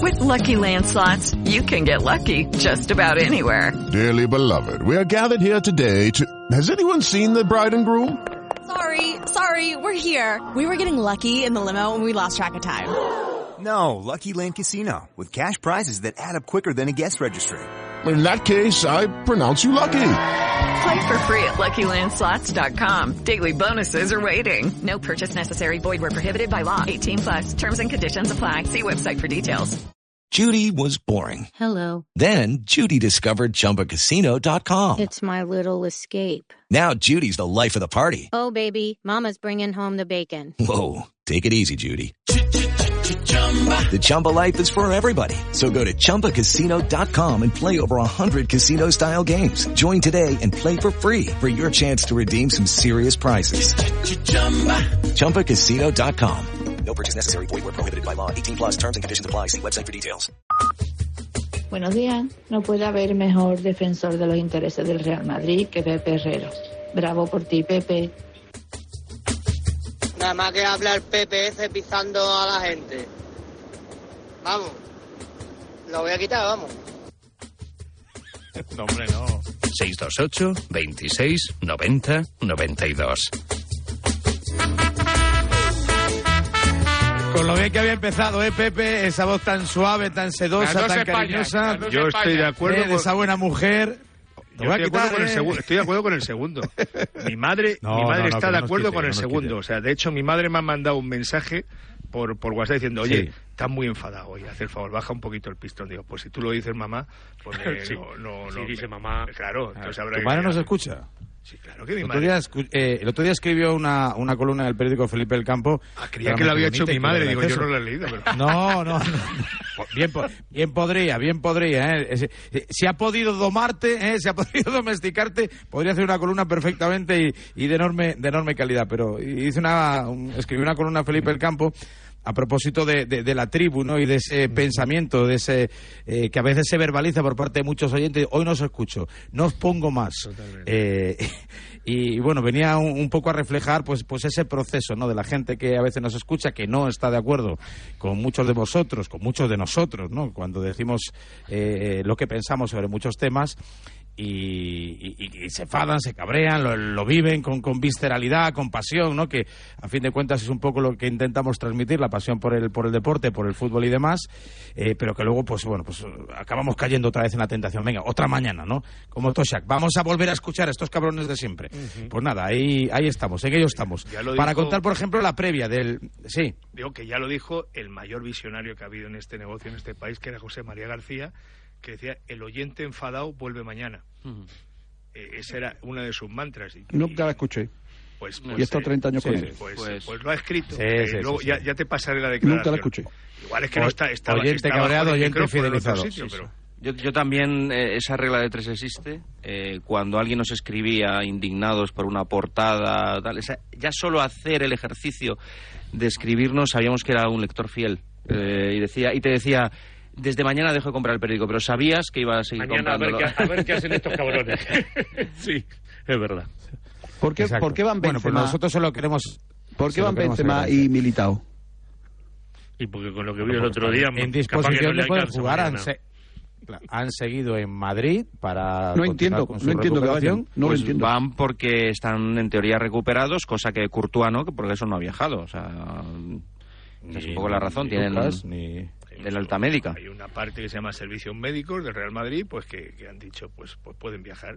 With Lucky Land Slots, you can get lucky just about anywhere. Dearly beloved, we are gathered here today to... Has anyone seen the bride and groom? Sorry, we're here. We were getting lucky in the limo and we lost track of time. No, Lucky Land Casino, with cash prizes that add up quicker than a guest registry. In that case, I pronounce you lucky. Play for free at LuckyLandSlots.com. Daily bonuses are waiting. No purchase necessary. Void where prohibited by law. 18+. Terms and conditions apply. See website for details. Judy was boring. Hello. Then Judy discovered ChumbaCasino.com. It's my little escape. Now Judy's the life of the party. Oh, baby, mama's bringing home the bacon. Whoa, take it easy, Judy. The Chumba life is for everybody. So go to ChumbaCasino.com and play over 100 casino-style games. Join today and play for free for your chance to redeem some serious prizes. ChumbaCasino.com. No purchase necessary. Void where prohibited by law. 18+. Terms and conditions apply. See website for details. Buenos días. No puede haber mejor defensor de los intereses del Real Madrid que Pepe Herrero. Bravo por ti, Pepe. Nada más que habla el Pepe ese pisando a la gente. Vamos. Lo voy a quitar, vamos. No, hombre, no. 628 26 90 92. Con lo bien que había empezado, Pepe, esa voz tan suave, tan sedosa, tan cariñosa. Yo estoy de acuerdo de esa buena mujer. Estoy de acuerdo con el segundo. Mi madre está de acuerdo con el segundo. O sea, de hecho, mi madre me ha mandado un mensaje por WhatsApp diciendo, oye, estás muy enfadado hoy, haz el favor, baja un poquito el pistón. Digo, pues si tú lo dices, mamá, pues si dice mamá... Claro, entonces habrá ¿Tu madre nos escucha? Sí, claro que mi madre... El otro día escribió una columna en el periódico Felipe del Campo. Creía que lo había hecho mi madre, digo, yo no lo he leído. Pero... No. Bien podría. Si ha podido domarte, si ha podido domesticarte, podría hacer una columna perfectamente y de enorme calidad. Pero escribió una columna Felipe del Campo a propósito de la tribu, ¿no? Y de ese pensamiento, de ese que a veces se verbaliza por parte de muchos oyentes. Hoy no os escucho, no os pongo más. Y bueno, venía un poco a reflejar pues ese proceso, ¿no? De la gente que a veces nos escucha, que no está de acuerdo con muchos de vosotros, con muchos de nosotros, ¿no? Cuando decimos lo que pensamos sobre muchos temas. Y se enfadan, se cabrean, lo viven con visceralidad, con pasión, ¿no? Que a fin de cuentas es un poco lo que intentamos transmitir, la pasión por el deporte, por el fútbol y demás, pero que luego pues acabamos cayendo otra vez en la tentación. Venga, otra mañana, ¿no? Como Toshak, vamos a volver a escuchar a estos cabrones de siempre. Pues nada, ahí estamos, en ello estamos. Para contar, por ejemplo, la previa del... Sí. Digo que ya lo dijo el mayor visionario que ha habido en este negocio, en este país, que era José María García, que decía, el oyente enfadado vuelve mañana. Ese era uno de sus mantras. Nunca la escuché. Y he estado 30 años con él. Pues lo ha escrito. Luego ya te pasaré la declaración. Nunca la escuché. Igual es que no está oyente cabreado, oyente fidelizado. Yo también, esa regla de tres existe. Cuando alguien nos escribía indignados por una portada, tal, ya solo hacer el ejercicio de escribirnos sabíamos que era un lector fiel. Y te decía... Desde mañana dejo de comprar el periódico, pero sabías que iba a seguir comprándolo. A ver qué hacen estos cabrones. Sí, es verdad. ¿Por qué van Benzema? Bueno, pues nosotros solo queremos... ¿Por qué van Benzema y Militao? Y porque con lo que vi el otro día... En disposición de poder jugar, han seguido en Madrid para... No entiendo que vayan. No lo entiendo. Van porque están en teoría recuperados, cosa que Courtois no, porque eso no ha viajado. O sea, es un poco la razón. Tienen... de la alta médica. Hay una parte que se llama servicios médicos del Real Madrid, pues que han dicho, pues pueden viajar.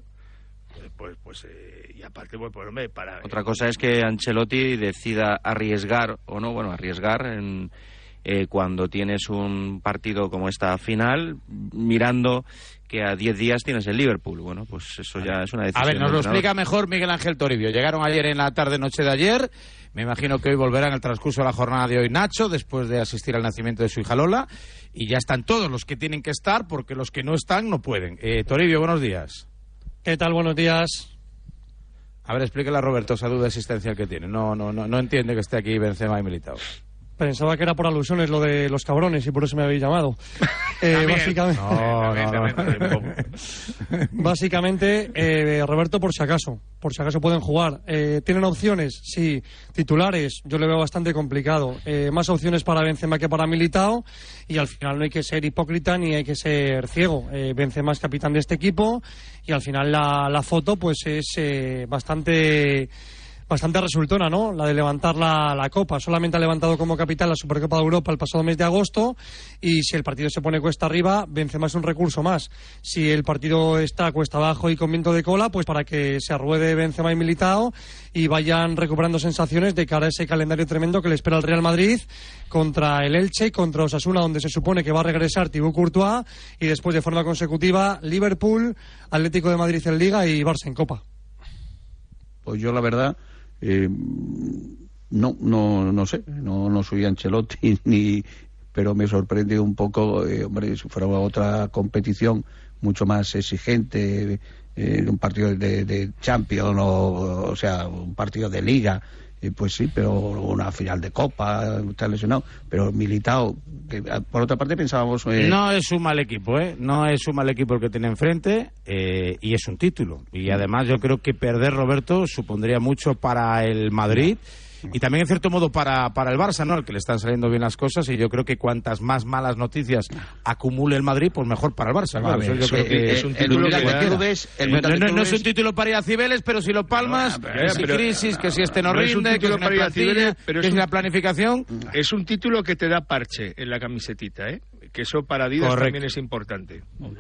Y aparte, para... Otra cosa es que Ancelotti decida arriesgar o no, arriesgar cuando tienes un partido como esta final, mirando que a 10 días tienes el Liverpool. Bueno, pues eso ya es una decisión. A ver, nos lo explica mejor Miguel Ángel Toribio. Llegaron ayer en la tarde-noche de ayer. Me imagino que hoy volverán en el transcurso de la jornada de hoy Nacho, después de asistir al nacimiento de su hija Lola. Y ya están todos los que tienen que estar, porque los que no están no pueden. Toribio, buenos días. ¿Qué tal? Buenos días. A ver, explíquele a Roberto esa duda existencial que tiene. No entiende que esté aquí Benzema y Militao. Pensaba que era por alusiones lo de los cabrones y por eso me habéis llamado. Básicamente, Roberto, por si acaso pueden jugar. ¿Tienen opciones? Sí. Titulares, yo le veo bastante complicado. Más opciones para Benzema que para Militao, y al final no hay que ser hipócrita ni hay que ser ciego. Benzema es capitán de este equipo y al final la foto pues es bastante resultona, ¿no? La de levantar la Copa. Solamente ha levantado como capitán la Supercopa de Europa el pasado mes de agosto, y si el partido se pone cuesta arriba, Benzema es un recurso más. Si el partido está cuesta abajo y con viento de cola, pues para que se arruede Benzema y Militao y vayan recuperando sensaciones de cara a ese calendario tremendo que le espera al Real Madrid contra el Elche, contra Osasuna, donde se supone que va a regresar Thibaut Courtois, y después de forma consecutiva Liverpool, Atlético de Madrid en Liga y Barça en Copa. Pues yo la verdad no sé, no soy Ancelotti pero me sorprende un poco, hombre, si fuera otra competición mucho más exigente, un partido de Champions o sea, un partido de Liga, pues sí, pero una final de Copa, está lesionado, pero Militao, que por otra parte pensábamos... No es un mal equipo, no es un mal equipo el que tiene enfrente, y es un título, y además yo creo que perder, Roberto, supondría mucho para el Madrid, y también en cierto modo para el Barça, ¿no? El que le están saliendo bien las cosas, y yo creo que cuantas más malas noticias acumule el Madrid, pues mejor para el Barça. Claro, yo creo que es un título no es un título para ir a Cibeles, pero si lo palmas, que si crisis, que si no rinde, que si una plantilla, que si la planificación. Es un título que te da parche en la camisetita, que eso para Adidas también es importante.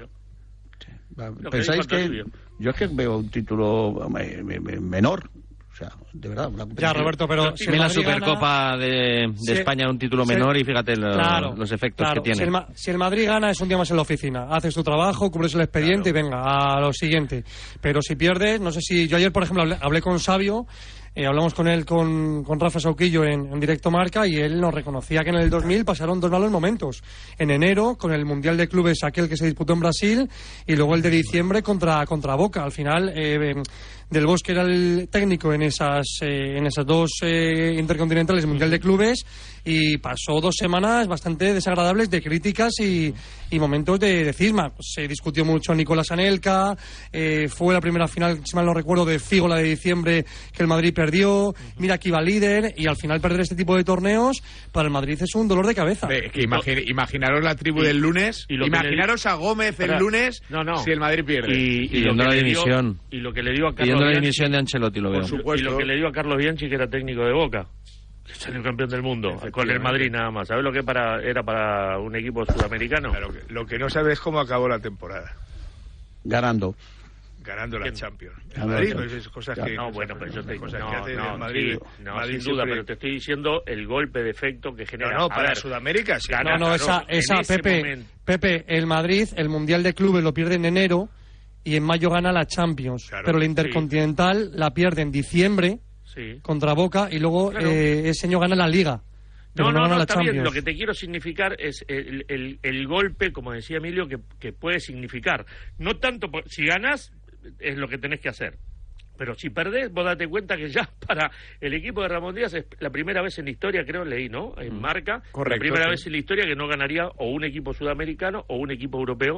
¿Pensáis que yo es que veo un título menor? O sea, de verdad. Ya, Roberto, pero si la Supercopa de España un título menor, y fíjate los efectos que tiene. Si el Madrid gana, es un día más en la oficina. Haces tu trabajo, cubres el expediente y venga, a lo siguiente. Pero si pierdes, no sé si... Yo ayer, por ejemplo, hablé con Sabio, hablamos con él, con Rafa Sauquillo en Directo Marca, y él nos reconocía que en el 2000 pasaron dos malos momentos. En enero, con el Mundial de Clubes, aquel que se disputó en Brasil, y luego el de diciembre contra Boca. Al final... Del Bosque era el técnico en esas dos intercontinentales, Mundial de Clubes, y pasó 2 semanas bastante desagradables de críticas y momentos de cisma. Se discutió mucho Nicolás Anelka, fue la primera final, si mal no recuerdo, de Figo, la de diciembre, que el Madrid perdió. Mira que iba líder, y al final perder este tipo de torneos para el Madrid es un dolor de cabeza. Imaginaros la tribu del lunes, imaginaros a Gómez el lunes si el Madrid pierde. Y la dimisión. Y lo que le dio a Carlos la dimisión de Ancelotti, lo veo. Por supuesto. Y lo que le dio a Carlos Bianchi, que era técnico de Boca, que salió campeón del mundo con el Madrid nada más. ¿Sabes lo que era para un equipo sudamericano? Claro, lo que no sabes es cómo acabó la temporada. Ganando la Champions. El Madrid, pues es cosas que... No, bueno, pues yo te digo, Madrid, sin duda, pero te estoy diciendo el golpe de efecto que genera. No, para Sudamérica sí. Esa Pepe, el Madrid, el Mundial de Clubes lo pierde en enero, y en mayo gana la Champions, pero la Intercontinental la pierde en diciembre contra Boca, y luego ese año gana la Liga. No, está bien. Lo que te quiero significar es el golpe, como decía Emilio, que puede significar. No tanto, si ganas, es lo que tenés que hacer. Pero si perdés, vos date cuenta que ya para el equipo de Ramón Díaz es la primera vez en la historia, creo, leí, ¿no? En Marca, la primera vez en la historia que no ganaría o un equipo sudamericano o un equipo europeo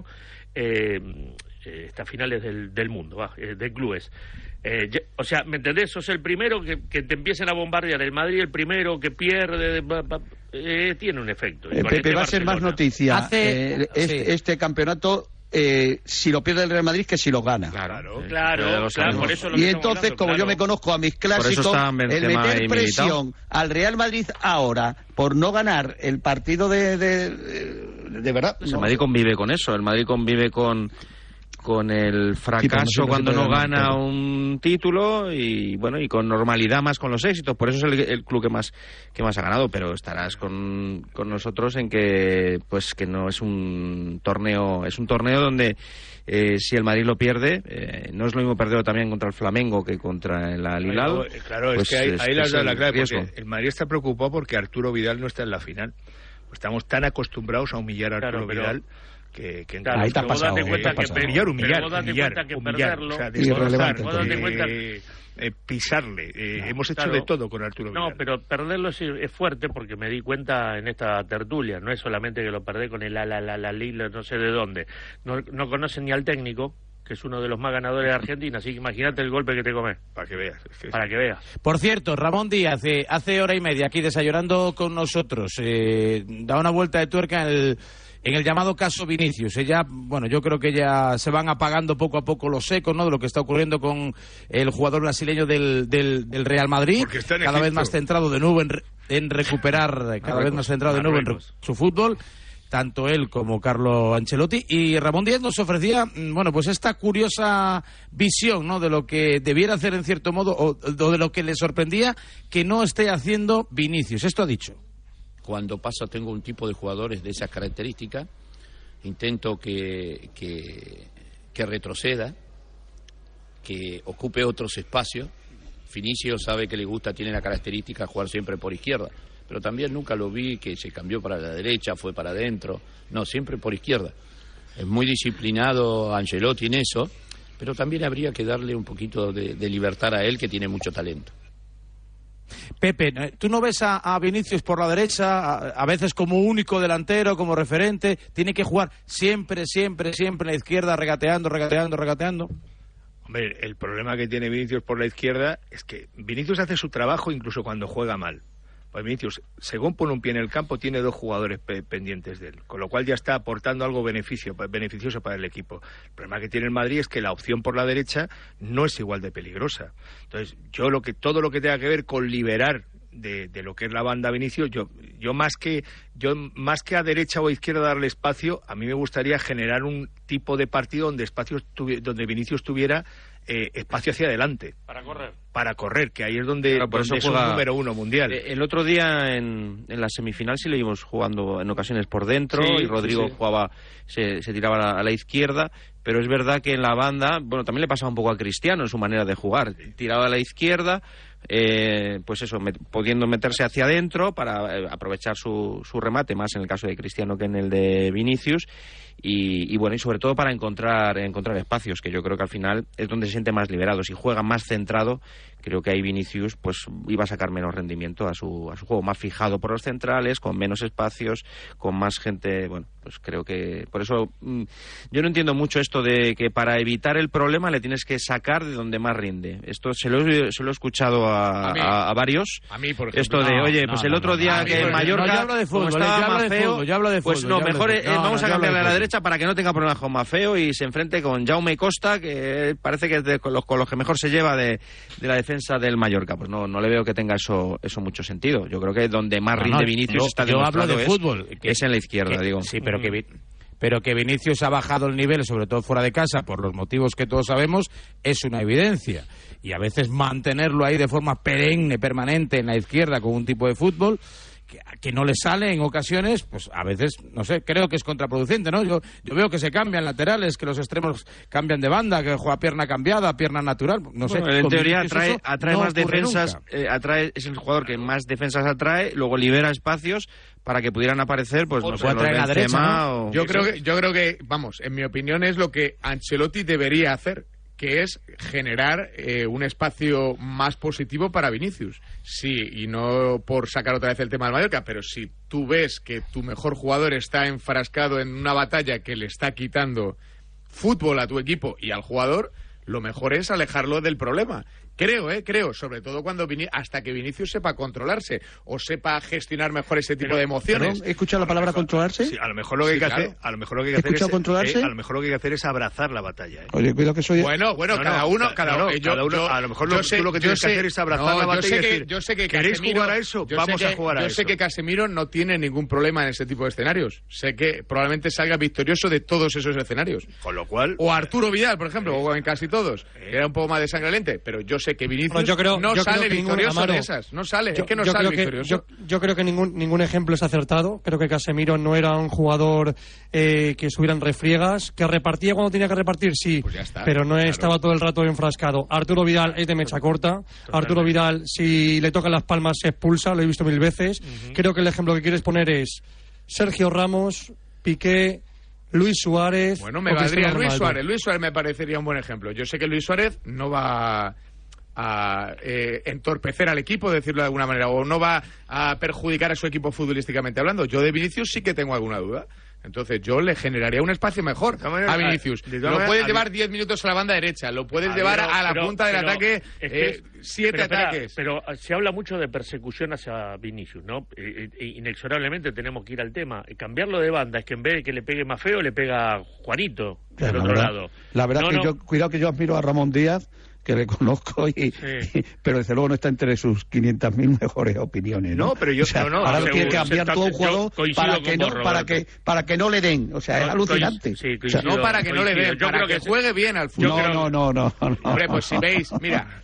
estas finales del mundo, de clubes. O sea, ¿me entendés? Sos el primero que te empiecen a bombardear. El Madrid, el primero que pierde, tiene un efecto. Pepe, va a ser más noticia este campeonato si lo pierde el Real Madrid que si lo gana. Claro, por eso y entonces, como yo me conozco a mis clásicos, el meter presión al Real Madrid ahora por no ganar el partido de verdad. Pues el Madrid convive con eso, el Madrid convive con el fracaso cuando no gana un título, y bueno, y con normalidad más con los éxitos. Por eso es el club que más ha ganado. Pero estarás con nosotros en que no es un torneo, donde si el Madrid lo pierde, no es lo mismo perderlo también contra el Flamengo que contra el Al-Hilal. Claro, pues es que ahí le has dado la clave, porque el Madrid está preocupado porque Arturo Vidal no está en la final. Estamos tan acostumbrados a humillar a Arturo Vidal que ahí te ha pasado. Humillar, perderlo, o sea, destrozar, pisarle. Hemos hecho de todo con Arturo Vidal. No, pero perderlo es fuerte, porque me di cuenta en esta tertulia. No es solamente que lo perdé con el Lila, no sé de dónde. No conocen ni al técnico, que es uno de los más ganadores de Argentina, así que imagínate el golpe que te comes. Para que veas. Para que veas. Por cierto, Ramón Díaz, hace hora y media aquí desayunando con nosotros, da una vuelta de tuerca en el llamado caso Vinicius. Yo creo que ya se van apagando poco a poco los ecos, ¿no?, de lo que está ocurriendo con el jugador brasileño del Real Madrid, cada vez más centrado de nuevo en recuperar, cada vez más centrado de nuevo en su fútbol, tanto él como Carlo Ancelotti. Y Ramón Díaz nos ofrecía, pues esta curiosa visión, ¿no?, de lo que debiera hacer en cierto modo, o de lo que le sorprendía que no esté haciendo Vinicius. Esto ha dicho. Cuando tengo un tipo de jugadores de esas características, intento que retroceda, que ocupe otros espacios. Vinicius sabe que le gusta, tiene la característica de jugar siempre por izquierda, pero también nunca lo vi que se cambió para la derecha, fue para adentro, no, siempre por izquierda. Es muy disciplinado Ancelotti en eso, pero también habría que darle un poquito de libertad a él, que tiene mucho talento. Pepe, ¿tú no ves a Vinicius por la derecha, a veces como único delantero, como referente? ¿Tiene que jugar siempre en la izquierda, regateando? Hombre, el problema que tiene Vinicius por la izquierda es que Vinicius hace su trabajo incluso cuando juega mal. Pues Vinicius, según pone un pie en el campo, tiene 2 jugadores pendientes de él, con lo cual ya está aportando algo beneficioso para el equipo. El problema que tiene el Madrid es que la opción por la derecha no es igual de peligrosa. Entonces, todo lo que tenga que ver con liberar de lo que es la banda Vinicius, yo más que a derecha o a izquierda darle espacio, a mí me gustaría generar un tipo de partido donde Vinicius tuviera espacio hacia adelante. Para correr, que ahí es donde es un número 1 mundial. El otro día en la semifinal sí le íbamos jugando en ocasiones por dentro, y Rodrigo jugaba, se tiraba a la izquierda, pero es verdad que en la banda, también le pasaba un poco a Cristiano en su manera de jugar, tiraba a la izquierda, pudiendo meterse hacia adentro para aprovechar su remate, más en el caso de Cristiano que en el de Vinicius, y sobre todo para encontrar espacios, que yo creo que al final es donde se siente más liberado. Si juega más centrado, creo que ahí Vinicius iba a sacar menos rendimiento a su juego, más fijado por los centrales, con menos espacios, con más gente. Creo que por eso yo no entiendo mucho esto de que para evitar el problema le tienes que sacar de donde más rinde. Esto se lo he escuchado a varios. A mí, por ejemplo. Esto de, el otro día que en Mallorca, yo hablo de fútbol, estaba más feo, mejor vamos a cambiarle a la derecha para que no tenga problemas con Mafeo y se enfrente con Jaume Costa, que parece que es con los que mejor se lleva de la defensa del Mallorca. Pues no le veo que tenga eso mucho sentido. Yo creo que donde más rinde Vinicius está demostrado. Yo hablo de fútbol, es en la izquierda, digo. Sí, pero que Vinicius ha bajado el nivel, sobre todo fuera de casa, por los motivos que todos sabemos, es una evidencia. Y a veces mantenerlo ahí de forma permanente en la izquierda con un tipo de fútbol que no le sale en ocasiones, pues a veces, no sé, creo que es contraproducente, ¿no? Yo veo que se cambian laterales, que los extremos cambian de banda, que juega pierna cambiada, pierna natural, no sé. En teoría atrae más defensas, es el jugador que más defensas atrae, luego libera espacios para que pudieran aparecer, pues no sé, traer la derecha, ¿no? Yo creo que, en mi opinión es lo que Ancelotti debería hacer, que es generar un espacio más positivo para Vinicius. Sí, y no por sacar otra vez el tema del Mallorca, pero si tú ves que tu mejor jugador está enfrascado en una batalla que le está quitando fútbol a tu equipo y al jugador, lo mejor es alejarlo del problema. Creo, sobre todo hasta que Vinicius sepa controlarse o sepa gestionar mejor ese tipo de emociones. ¿He escuchado la palabra controlarse? Sí, a lo mejor lo que hay que hacer, a lo mejor lo que hay que hacer es abrazar la batalla. Oye, cuidado que soy. Bueno, cada uno. A lo mejor tú lo que tienes que hacer es abrazar la batalla y decir, yo sé que ¿queréis jugar a eso? Vamos a jugar a eso. Yo sé que Casemiro no tiene ningún problema en ese tipo de escenarios. Sé que probablemente salga victorioso de todos esos escenarios. Con lo cual, o Arturo Vidal, por ejemplo, o en casi todos, que era un poco más de sangre caliente, pero yo sé que Vinicius no sale victorioso de esas. No sale, es que no sale victorioso. Yo creo que ningún ejemplo es acertado. Creo que Casemiro no era un jugador que estuviera en refriegas, que repartía cuando tenía que repartir, sí, pues ya está, pero no estaba todo el rato enfrascado. Arturo Vidal es de mecha corta. Totalmente. Arturo Vidal, si le tocan las palmas, se expulsa, lo he visto 1000 veces. Creo que el ejemplo que quieres poner es Sergio Ramos, Piqué, Luis Suárez... Bueno, me valdría Luis Suárez. Luis Suárez me parecería un buen ejemplo. Yo sé que Luis Suárez no va a entorpecer al equipo, decirlo de alguna manera, o no va a perjudicar a su equipo futbolísticamente hablando. Yo de Vinicius sí que tengo alguna duda. Entonces yo le generaría un espacio mejor a Vinicius. Lo puedes llevar 10 minutos a la banda derecha, lo puedes llevar a la punta del ataque, 7 ataques. Pero se habla mucho de persecución hacia Vinicius, ¿no? Inexorablemente tenemos que ir al tema. Cambiarlo de banda es que en vez de que le pegue más feo, le pega Juanito del otro lado. La verdad cuidado que yo admiro a Ramón Díaz, que le conozco, pero desde luego no está entre sus 500.000 mejores opiniones, ¿no? No, pero yo... ahora lo tiene que cambiar todo un jugador para que no le den. O sea, es alucinante. No para que no le den, para que juegue bien al fútbol. No. Hombre, pues si veis, mira...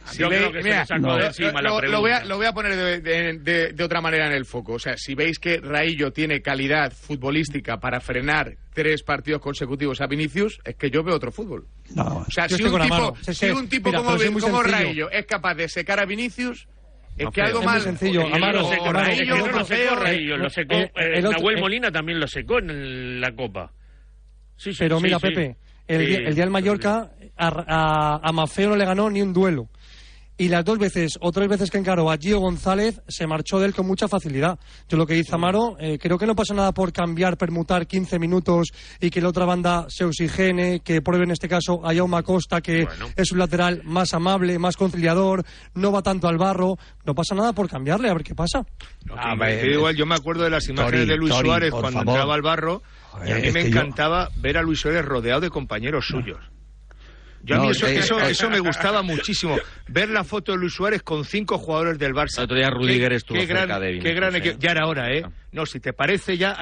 Lo voy a poner de otra manera en el foco. O sea, si veis que Raillo tiene calidad futbolística para frenar 3 partidos consecutivos a Vinicius, es que yo veo otro fútbol. O sea, si un tipo como Raillo es capaz de secar a Vinicius, es que algo más sencillo. Raillo lo secó. Nahuel Molina también lo secó en la Copa. Pero mira, Pepe, el día del Mallorca a Mafeo no le ganó ni un duelo. Y las 2 veces o 3 veces que encaró a Gio González, se marchó de él con mucha facilidad. Yo lo que dice Amaro, creo que no pasa nada por cambiar, permutar 15 minutos y que la otra banda se oxigene, que pruebe en este caso a Jaume Costa, que es un lateral más amable, más conciliador, no va tanto al barro. No pasa nada por cambiarle, a ver qué pasa. Igual, yo me acuerdo de las imágenes de Luis Suárez cuando entraba al barro, y a mí me encantaba ver a Luis Suárez rodeado de compañeros suyos. A mí eso me gustaba muchísimo. Ver la foto de Luis Suárez con 5 jugadores del Barça. El otro día Rudiger estuvo cerca de Vinicius. Qué gran equipo. Ya era hora, ¿eh? No, si te parece ya...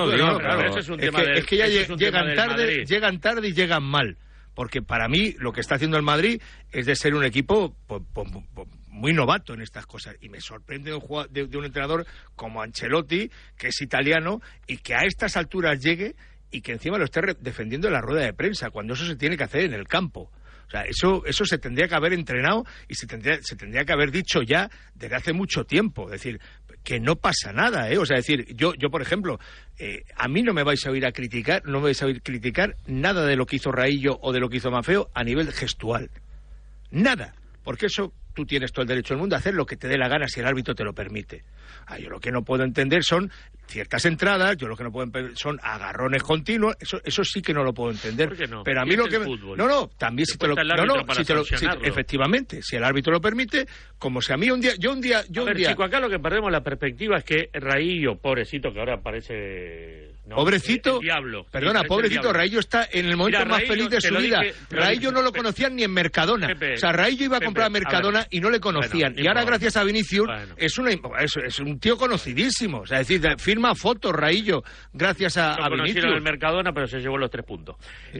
Es que ya llegan tarde y llegan mal. Porque para mí lo que está haciendo el Madrid es de ser un equipo muy novato en estas cosas. Y me sorprende de un entrenador como Ancelotti, que es italiano, y que a estas alturas llegue... y que encima lo esté defendiendo en la rueda de prensa, cuando eso se tiene que hacer en el campo. O sea, eso se tendría que haber entrenado y se tendría que haber dicho ya desde hace mucho tiempo. Es decir, que no pasa nada, ¿eh? O sea, decir, yo por ejemplo, a mí no me vais a oír criticar nada de lo que hizo Raillo o de lo que hizo Mafeo a nivel gestual. Nada. Porque eso tú tienes todo el derecho del mundo a hacer lo que te dé la gana si el árbitro te lo permite. Yo lo que no puedo entender son ciertas entradas, yo lo que no puedo entender son agarrones continuos, eso sí que no lo puedo entender. ¿Por qué no? Pero a mí lo que también si te lo efectivamente, si el árbitro lo permite, como si a mí un día chico, acá lo que perdemos la perspectiva es que Raillo, pobrecito, que ahora parece pobrecito, diablo. Perdona, pobrecito, Raillo está en el momento más feliz de su vida. Raillo no lo conocían ni en Mercadona. O sea, Raillo iba a comprar a Mercadona y no le conocían. Y ahora, gracias a Vinicius, es un tío conocidísimo. O sea, es decir, firma fotos Raillo gracias a Vinicius. Lo conocieron en el Mercadona, pero se llevó los 3 puntos.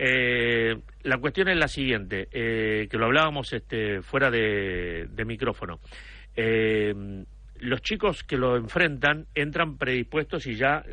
La cuestión es la siguiente, que lo hablábamos fuera de micrófono. Los chicos que lo enfrentan entran predispuestos y ya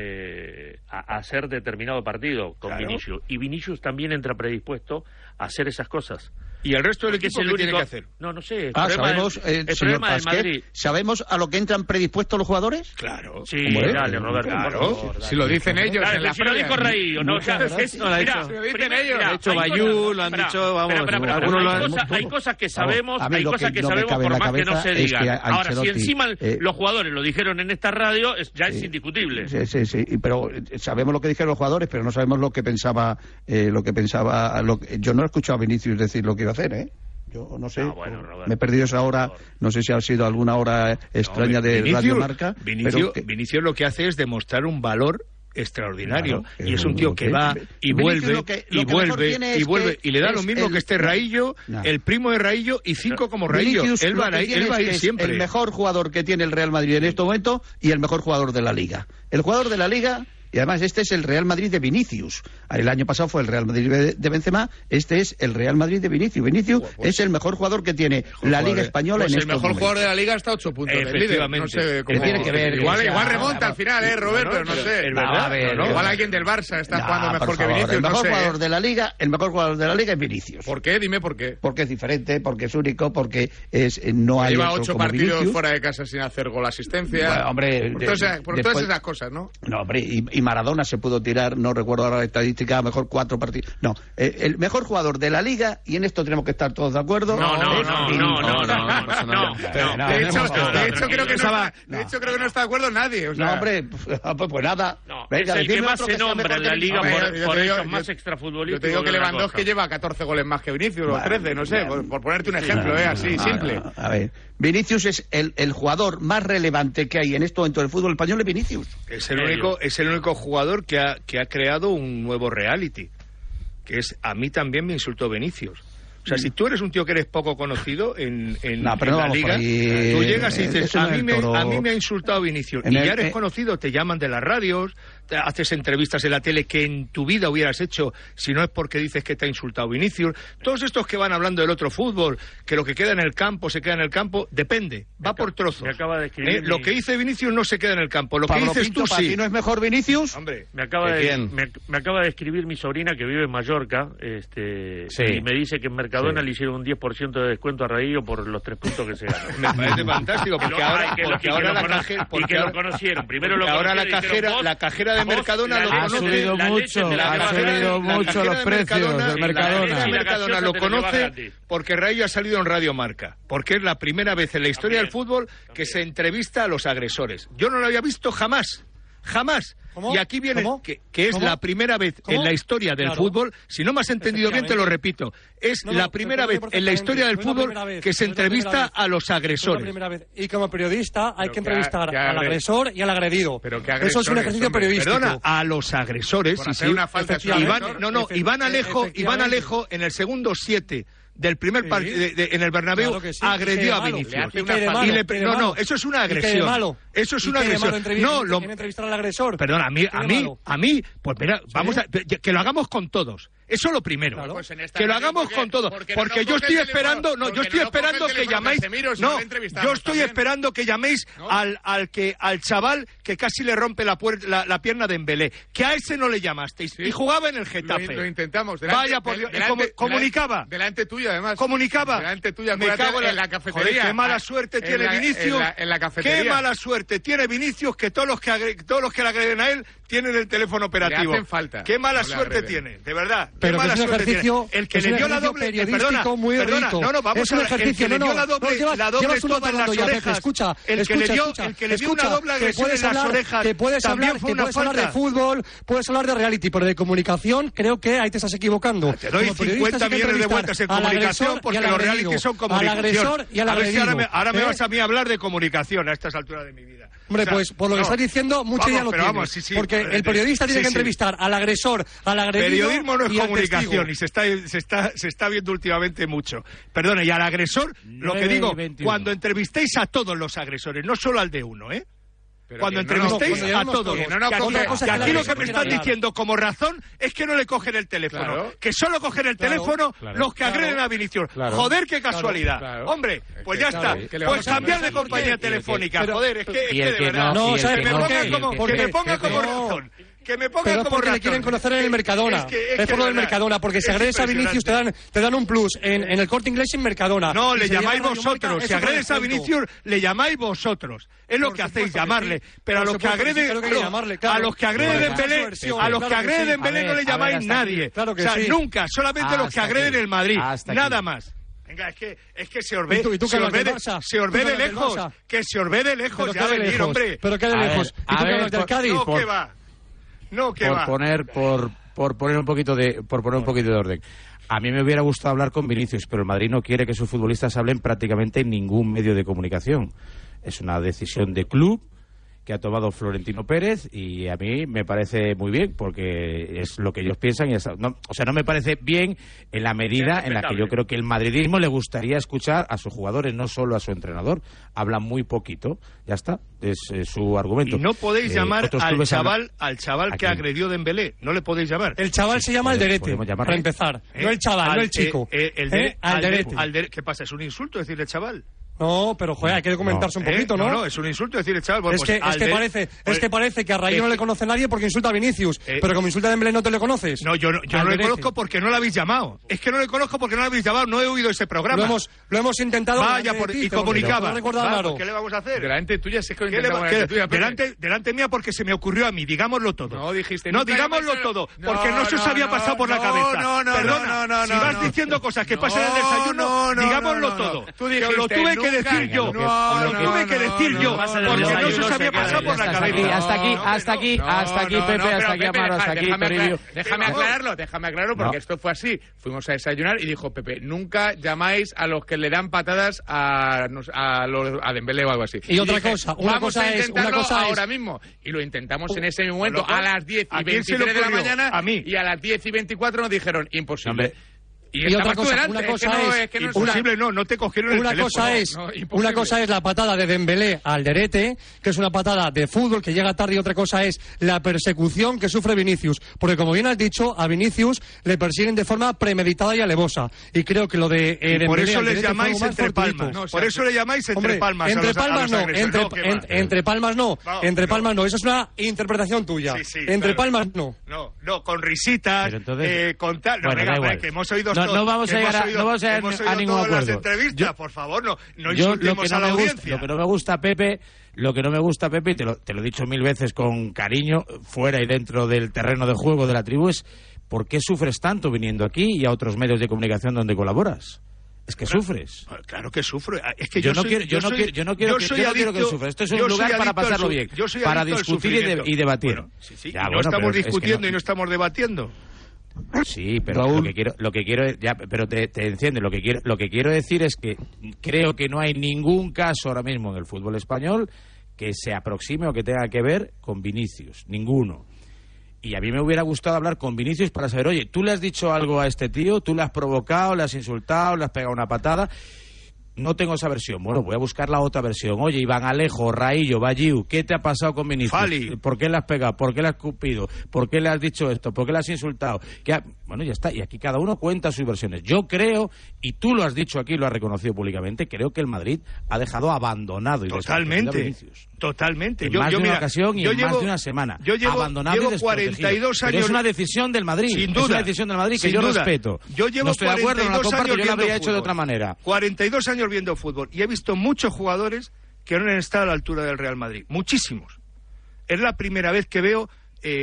a hacer determinado partido con Vinicius. Y Vinicius también entra predispuesto a hacer esas cosas. ¿Y el resto del equipo qué tiene que hacer? No sé. ¿Sabemos, señor Pasquet, ¿sabemos a lo que entran predispuestos los jugadores? Claro. Sí, dale, Roberto. Claro. Si lo dicen ellos en la si lo dijo Raillo, ¿no? Si lo dicen ellos. Lo ha dicho Bayú, lo han dicho, vamos. Hay cosas que sabemos, por más que no se digan. Ahora, si encima los jugadores lo dijeron en esta radio, ya es indiscutible. Sí, pero sabemos lo que dijeron los jugadores, pero no sabemos lo que pensaba. Yo no he escuchado a Vinicius decir lo que iba a hacer, ¿eh? Yo no sé, me he perdido esa hora, no sé si ha sido alguna hora extraña de Radio Marca. Vinicius lo que hace es demostrar un valor extraordinario, y es un tío que va y vuelve y le da lo mismo que este Raillo, el primo de Raillo y 5 como Raillo. Él va a ir siempre. El mejor jugador que tiene el Real Madrid en este momento y el mejor jugador de la Liga. El jugador de la Liga Y además este es el Real Madrid de Vinicius. El año pasado fue el Real Madrid de Benzema, este es el Real Madrid de Vinicius. Vinicius es el mejor jugador que tiene la Liga Española en estos momentos. El mejor jugador de la Liga está a 8 puntos del líder. No sé cómo... Tiene que ver, igual remonta al final, Robert, pero no sé. Igual alguien del Barça está jugando mejor que Vinicius. El mejor jugador de la Liga es Vinicius. ¿Por qué? Dime por qué. Porque es diferente, porque es único, porque no hay lleva otro 8 como partidos Vinicius. fuera de casa sin hacer gol asistencia. Bueno, hombre, por todas esas cosas, ¿no? No, hombre, y Maradona se pudo tirar, no recuerdo ahora la estadística, a lo mejor 4 partidos. No, el mejor jugador de la Liga, y en esto tenemos que estar todos de acuerdo. No. De hecho, creo que no está de acuerdo nadie. O sea, no, hombre, pues nada. Venga, es el que más se nombra en la Liga por esos más extrafutbolísticos. Yo te digo que Lewandowski lleva 14 goles más que Vinicius, o 13, no sé, por ponerte un ejemplo, así, simple. A ver, Vinicius es el jugador más relevante que hay en este momento del fútbol español, es Vinicius. Es el único jugador que ha creado un nuevo reality, que es a mí también me insultó Vinicius. O sea, si tú eres un tío que eres poco conocido en la Liga, tú llegas y dices, a mí me ha insultado Vinicius, y ya eres conocido, te llaman de las radios, haces entrevistas en la tele que en tu vida hubieras hecho si no es porque dices que te ha insultado Vinicius. Todos estos que van hablando del otro fútbol, que lo que queda en el campo se queda en el campo, depende, va por trozos. Lo que dice Vinicius no se queda en el campo, lo que dices Pinto, tú ¿para sí. ti no es mejor Vinicius? Hombre, me acaba de escribir mi sobrina que vive en Mallorca, y me dice que en Mercadona le hicieron un 10% de descuento a Raillo por los 3 puntos que se ganan. Me parece fantástico, porque ahora lo conocieron. Primero lo ahora conocieron, la cajera de Mercadona lo ha conoce. subido mucho los precios del Mercadona. Mercadona lo conoce porque Raillo ha salido en Radio Marca, porque es la primera vez en la historia del fútbol que se entrevista a los agresores. Yo no lo había visto jamás. ¿Cómo? Y aquí viene que es la primera vez en la historia del fútbol, si no me has entendido bien te lo repito, es la primera vez en la historia del fútbol que se entrevista a los agresores. Y como periodista hay que entrevistar al agresor y al agredido. Eso es un ejercicio periodístico. Perdona, a los agresores, Iván Alejo en el segundo 7 del primer partido en el Bernabéu agredió a Vinicius. Eso es una agresión. Eso es una agresión. Entrevistar al agresor. Perdona, a mí, pues mira, vamos a que lo hagamos con todos. Eso es lo primero. Claro. Pues que lo hagamos con todos. Porque yo estoy esperando, que llaméis. Yo estoy esperando que llaméis al chaval que casi le rompe la pierna de Dembélé. Que a ese no le llamasteis. Y jugaba en el Getafe. Lo intentamos. Vaya por Dios. Comunicaba. Delante tuyo, además. Comunicaba. Delante tuya, me cago en la cafetería. Joder, qué mala suerte tiene Vinicius. En la cafetería. Qué mala suerte tiene Vinicius que todos los que le agreden a él tienen el teléfono operativo. Le hacen falta. Qué mala suerte tiene, de verdad. Pero qué mala es un ejercicio, el que le dio la doble periodístico muy rico. Vamos a ver, el que le dio la doble toda en las orejas. Escucha, el que le dio una doble agresión en las orejas. Que puedes hablar de fútbol, puedes hablar de reality, pero de comunicación creo que ahí te estás equivocando. Te doy 50 millones de vueltas en comunicación porque los reality son comunicación. Al agresor y al agredido. Ahora me vas a mí a hablar de comunicación a estas alturas de mi vida. Hombre, pues por lo que estás diciendo, mucho ya lo tienes. Porque el periodista tiene que entrevistar al agresor, al agredido. Periodismo no es comunicación y se está viendo últimamente mucho. Perdona, y al agresor, lo que digo, cuando entrevistéis a todos los agresores, no solo al de uno, cuando entrevistéis a todos. Que aquí lo que me están diciendo como razón es que no le cogen el teléfono. Claro. Que solo cogen el teléfono los que agreden a Vinicius. Joder, qué casualidad. Hombre, pues ya está. Pues cambiar de compañía telefónica. Joder, es que de verdad. Que me ponga como razón. Que me pongan como porque razón. Le quieren conocer en el Mercadona. Es por lo del Mercadona, porque si agredes a Vinicius te dan un plus en el Corte Inglés en Mercadona. No, le llamáis vosotros. Si agredes a Vinicius, le llamáis vosotros. Es lo que hacéis, llamarle. Pero a los que agreden Dembélé no le llamáis nadie. O sea, nunca, solamente los que agreden el Madrid. Nada más. Venga, es que se os ve de lejos. Que se os ve de lejos ya venir, hombre. Pero qué de lejos. ¿Y tú qué hablas del Cádiz? No, que va. No, que va. Por poner un poquito de orden. A mí me hubiera gustado hablar con Vinicius, pero el Madrid no quiere que sus futbolistas hablen prácticamente en ningún medio de comunicación. Es una decisión de club que ha tomado Florentino Pérez, y a mí me parece muy bien, porque es lo que ellos piensan. No me parece bien en la medida en la que yo creo que el madridismo le gustaría escuchar a sus jugadores, no solo a su entrenador. Hablan muy poquito, ya está, es su argumento. Y no podéis llamar al chaval que agredió Dembélé, no le podéis llamar. El chaval se llama Alderete, para empezar, no el chaval, no el chico. Alderete. ¿Qué pasa? ¿Es un insulto decirle chaval? No, pero joder, hay que documentarse un poquito, ¿no? No, es un insulto decirle chaval. Bueno, es que parece que a Rayo no le conoce nadie porque insulta a Vinicius, pero como insulta a Dembélé no te le conoces. No, yo no le conozco porque no lo habéis llamado. Es que no le conozco porque no lo habéis llamado, no he oído ese programa. Lo hemos intentado. Vaya, y comunicaba. ¿Qué le vamos a hacer? Delante tuya, si es que delante mía porque se me ocurrió a mí, digámoslo todo. No dijiste. No, digámoslo todo, porque no se os había pasado por la cabeza. Perdona, si vas diciendo cosas que pasan en el desayuno, digámoslo todo. Lo tuve que decir yo. Lo tuve que decir yo, porque no se os había pasado por la cabeza. Hasta aquí, Pepe, hasta aquí, Amaro, hasta aquí, Toribio. Déjame aclararlo, porque esto fue así. Fuimos a desayunar y dijo Pepe, nunca llamáis a los que le dan patadas a Dembélé o algo así. Y otra cosa, vamos a intentarlo ahora mismo. Y lo intentamos en ese momento a las 10:23 de la mañana, y a las 10:24 nos dijeron imposible. Y otra cosa, imposible, no te cogieron el teléfono. Una cosa es la patada de Dembélé al Alderete, que es una patada de fútbol que llega tarde, y otra cosa es la persecución que sufre Vinicius, porque como bien has dicho, a Vinicius le persiguen de forma premeditada y alevosa, y creo que lo de Dembélé, por eso les llamáis entre palmas. Por eso le llamáis entre palmas. Entre palmas no, eso es una interpretación tuya. Entre palmas no. No, con risitas, con tal. Que hemos oído no vamos a llegar a ningún acuerdo. Las entrevistas, por favor, no insultemos a la audiencia. Lo que no me gusta, Pepe, y te lo he dicho 1000 veces con cariño, fuera y dentro del terreno de juego de la tribu, es ¿por qué sufres tanto viniendo aquí y a otros medios de comunicación donde colaboras? Es que sufres. Claro que sufro. Es que yo no quiero que sufras. Esto es un lugar para pasarlo bien, para discutir y debatir. Bueno, sí. No estamos discutiendo y no estamos debatiendo. Sí, pero lo que quiero pero te enciende. Lo que quiero decir es que creo que no hay ningún caso ahora mismo en el fútbol español que se aproxime o que tenga que ver con Vinicius, ninguno. Y a mí me hubiera gustado hablar con Vinicius para saber, oye, ¿tú le has dicho algo a este tío? ¿Tú le has provocado, le has insultado, le has pegado una patada? No tengo esa versión. Bueno, voy a buscar la otra versión. Oye, Iván Alejo, Raillo, Balliu, ¿qué te ha pasado con Vinicius? Fali. ¿Por qué le has pegado? ¿Por qué le has escupido? ¿Por qué le has dicho esto? ¿Por qué le has insultado? Bueno, ya está. Y aquí cada uno cuenta sus versiones. Yo creo, y tú lo has dicho aquí, lo has reconocido públicamente, creo que el Madrid ha dejado abandonado y totalmente a Vinicius. Totalmente. En más de una ocasión y en más de una semana. Abandonado y 42 años. Pero es una decisión del Madrid. Sin duda. Es una decisión del Madrid que yo respeto. Yo llevo no estoy de acuerdo, no la comparto, yo la habría hecho de otra manera. 42 años viendo fútbol. Y he visto muchos jugadores que no han estado a la altura del Real Madrid. Muchísimos. Es la primera vez que veo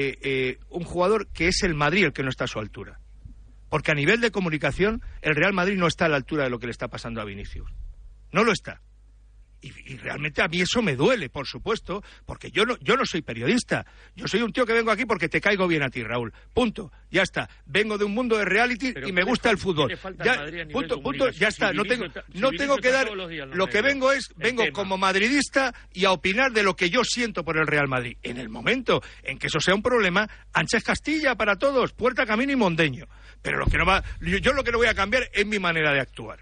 un jugador que es el Madrid el que no está a su altura. Porque a nivel de comunicación, el Real Madrid no está a la altura de lo que le está pasando a Vinicius. No lo está. Y realmente a mí eso me duele, por supuesto, porque yo no soy periodista. Yo soy un tío que vengo aquí porque te caigo bien a ti, Raúl. Punto. Ya está. Vengo de un mundo de reality y me gusta el fútbol. Punto. Ya está. No tengo que dar. Lo que vengo como madridista y a opinar de lo que yo siento por el Real Madrid. En el momento en que eso sea un problema, ancha es Castilla para todos, puerta, camino y mondeño. Pero yo lo que no voy a cambiar es mi manera de actuar.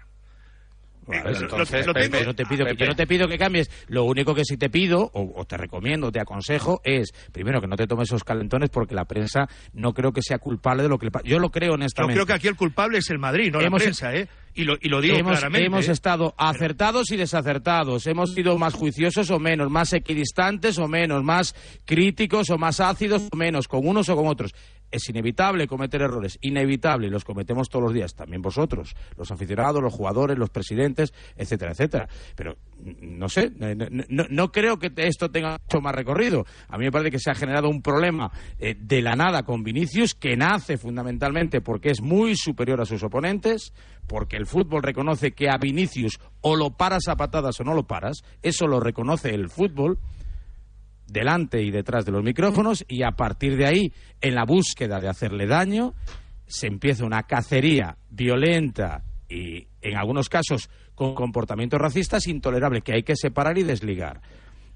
Entonces, yo no te pido que cambies. Lo único que sí te pido, o te recomiendo, te aconsejo, es, primero, que no te tomes esos calentones, porque la prensa no creo que sea culpable de lo que le pasa. Yo lo creo honestamente. Yo creo que aquí el culpable es el Madrid, no la prensa, ¿eh? Y lo digo claramente. Hemos estado acertados y desacertados. Hemos sido más juiciosos o menos, más equidistantes o menos, más críticos o más ácidos o menos, con unos o con otros. Es inevitable cometer errores, inevitable, y los cometemos todos los días, también vosotros, los aficionados, los jugadores, los presidentes, etcétera, etcétera. Pero, no sé, no creo que esto tenga mucho más recorrido. A mí me parece que se ha generado un problema de la nada con Vinicius, que nace fundamentalmente porque es muy superior a sus oponentes, porque el fútbol reconoce que a Vinicius o lo paras a patadas o no lo paras, eso lo reconoce el fútbol, delante y detrás de los micrófonos, y a partir de ahí, en la búsqueda de hacerle daño, se empieza una cacería violenta y, en algunos casos, con comportamientos racistas intolerables que hay que separar y desligar.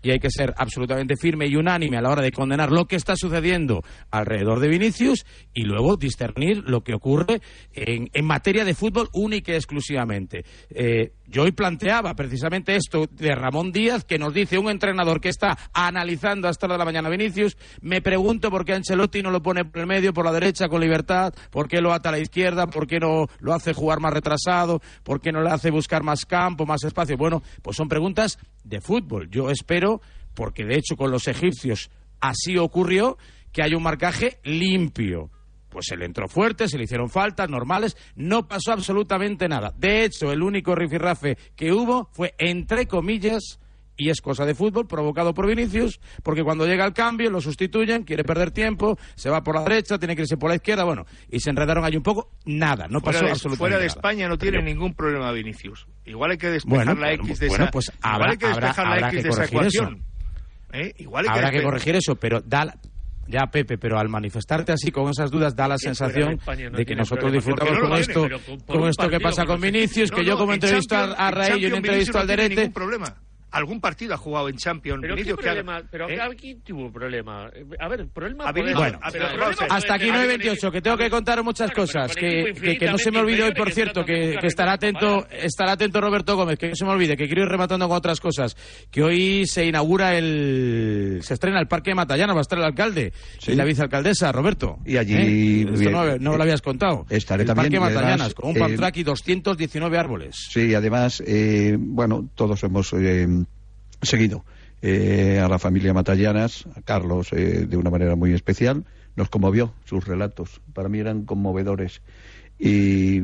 y hay que ser absolutamente firme y unánime a la hora de condenar lo que está sucediendo alrededor de Vinicius y luego discernir lo que ocurre en materia de fútbol única y exclusivamente. Yo hoy planteaba precisamente esto de Ramón Díaz, que nos dice un entrenador que está analizando hasta la de la mañana Vinicius. Me pregunto por qué Ancelotti no lo pone por el medio, por la derecha, con libertad, por qué lo ata a la izquierda, por qué no lo hace jugar más retrasado, por qué no le hace buscar más campo, más espacio. Bueno, pues son preguntas de fútbol. Yo espero, porque de hecho con los egipcios así ocurrió, que haya un marcaje limpio. Pues se le entró fuerte, se le hicieron faltas normales, no pasó absolutamente nada. De hecho, el único rifirrafe que hubo fue, entre comillas, y es cosa de fútbol, provocado por Vinicius, porque cuando llega el cambio lo sustituyen, quiere perder tiempo, se va por la derecha, tiene que irse por la izquierda, bueno, y se enredaron ahí un poco, nada, no pasó absolutamente nada. Fuera de España no tiene ningún problema Vinicius. Igual hay que despejar la X de esa, pues igual hay que despejar la X de esa ecuación. Igual hay habrá que corregir eso, pero ya, Pepe, pero al manifestarte así con esas dudas da la sensación de que nosotros disfrutamos con esto que pasa con Vinicius, que yo como entrevisto a Raí, yo no entrevisto al Derete. Algún partido ha jugado en Champions. Pero Vinicius, pero aquí tuvo problema. A ver, problema. Bueno, hasta aquí 9:28, que tengo que contar muchas cosas. Que no se me olvide hoy, por cierto, que estará atento Roberto Gómez, que no se me olvide, que quiero ir rematando con otras cosas. Que hoy se inaugura se estrena el Parque de Matallana, va a estar el alcalde y la vicealcaldesa, Roberto. Y allí. Esto no lo habías contado. Estaré el también. Parque de Matallanas, con un Pamtrack y 219 árboles. Sí, además, todos hemos seguido a la familia Matallanas, a Carlos de una manera muy especial. Nos conmovió sus relatos, para mí eran conmovedores, y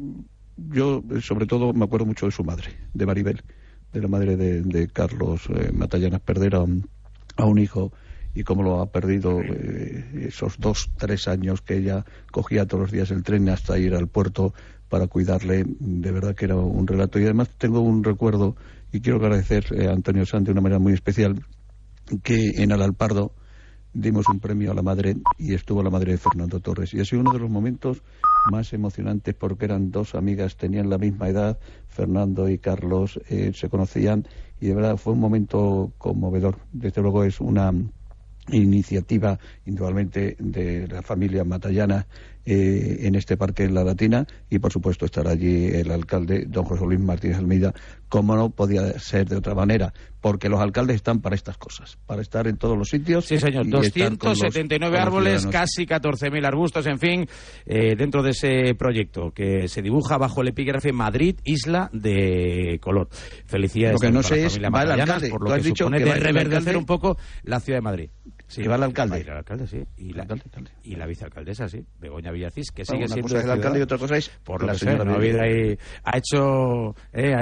yo sobre todo me acuerdo mucho de su madre, de Maribel, de la madre de Carlos Matallanas. Perder a un hijo y cómo lo ha perdido, esos 2-3 años que ella cogía todos los días el tren hasta ir al puerto para cuidarle, de verdad que era un relato. Y además tengo un recuerdo, y quiero agradecer a Antonio Sanz de una manera muy especial, que en Alalpardo dimos un premio a la madre y estuvo la madre de Fernando Torres. Y ha sido uno de los momentos más emocionantes porque eran dos amigas, tenían la misma edad, Fernando y Carlos, se conocían, y de verdad fue un momento conmovedor. Desde luego es una iniciativa indudablemente de la familia Matallana en este parque en La Latina, y por supuesto estará allí el alcalde don José Luis Martínez Almeida, como no podía ser de otra manera, porque los alcaldes están para estas cosas, para estar en todos los sitios. Sí, señor, 279 árboles, casi 14.000 arbustos, en fin, dentro de ese proyecto que se dibuja bajo el epígrafe Madrid, isla de color. Felicidades a la familia Matallana por lo que supone de reverdecer un poco la ciudad de Madrid. Sí, va el alcalde. El alcalde, sí. Y la vicealcaldesa, sí. Begoña Villacís, que sigue siendo... Una cosa es el alcalde y otra cosa es por la señora. Ha hecho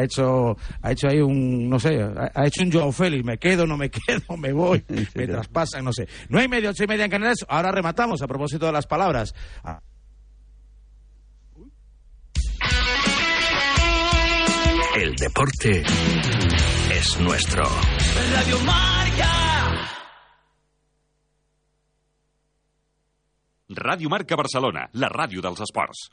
ahí un, no sé, ha hecho un Joao Félix. Me quedo, no me quedo, me voy, me traspasan, no sé. 9:30, 8:30 en Canarias. Ahora rematamos a propósito de las palabras. El deporte es nuestro. Radio Marca. Radio Marca Barcelona, la ràdio dels esports.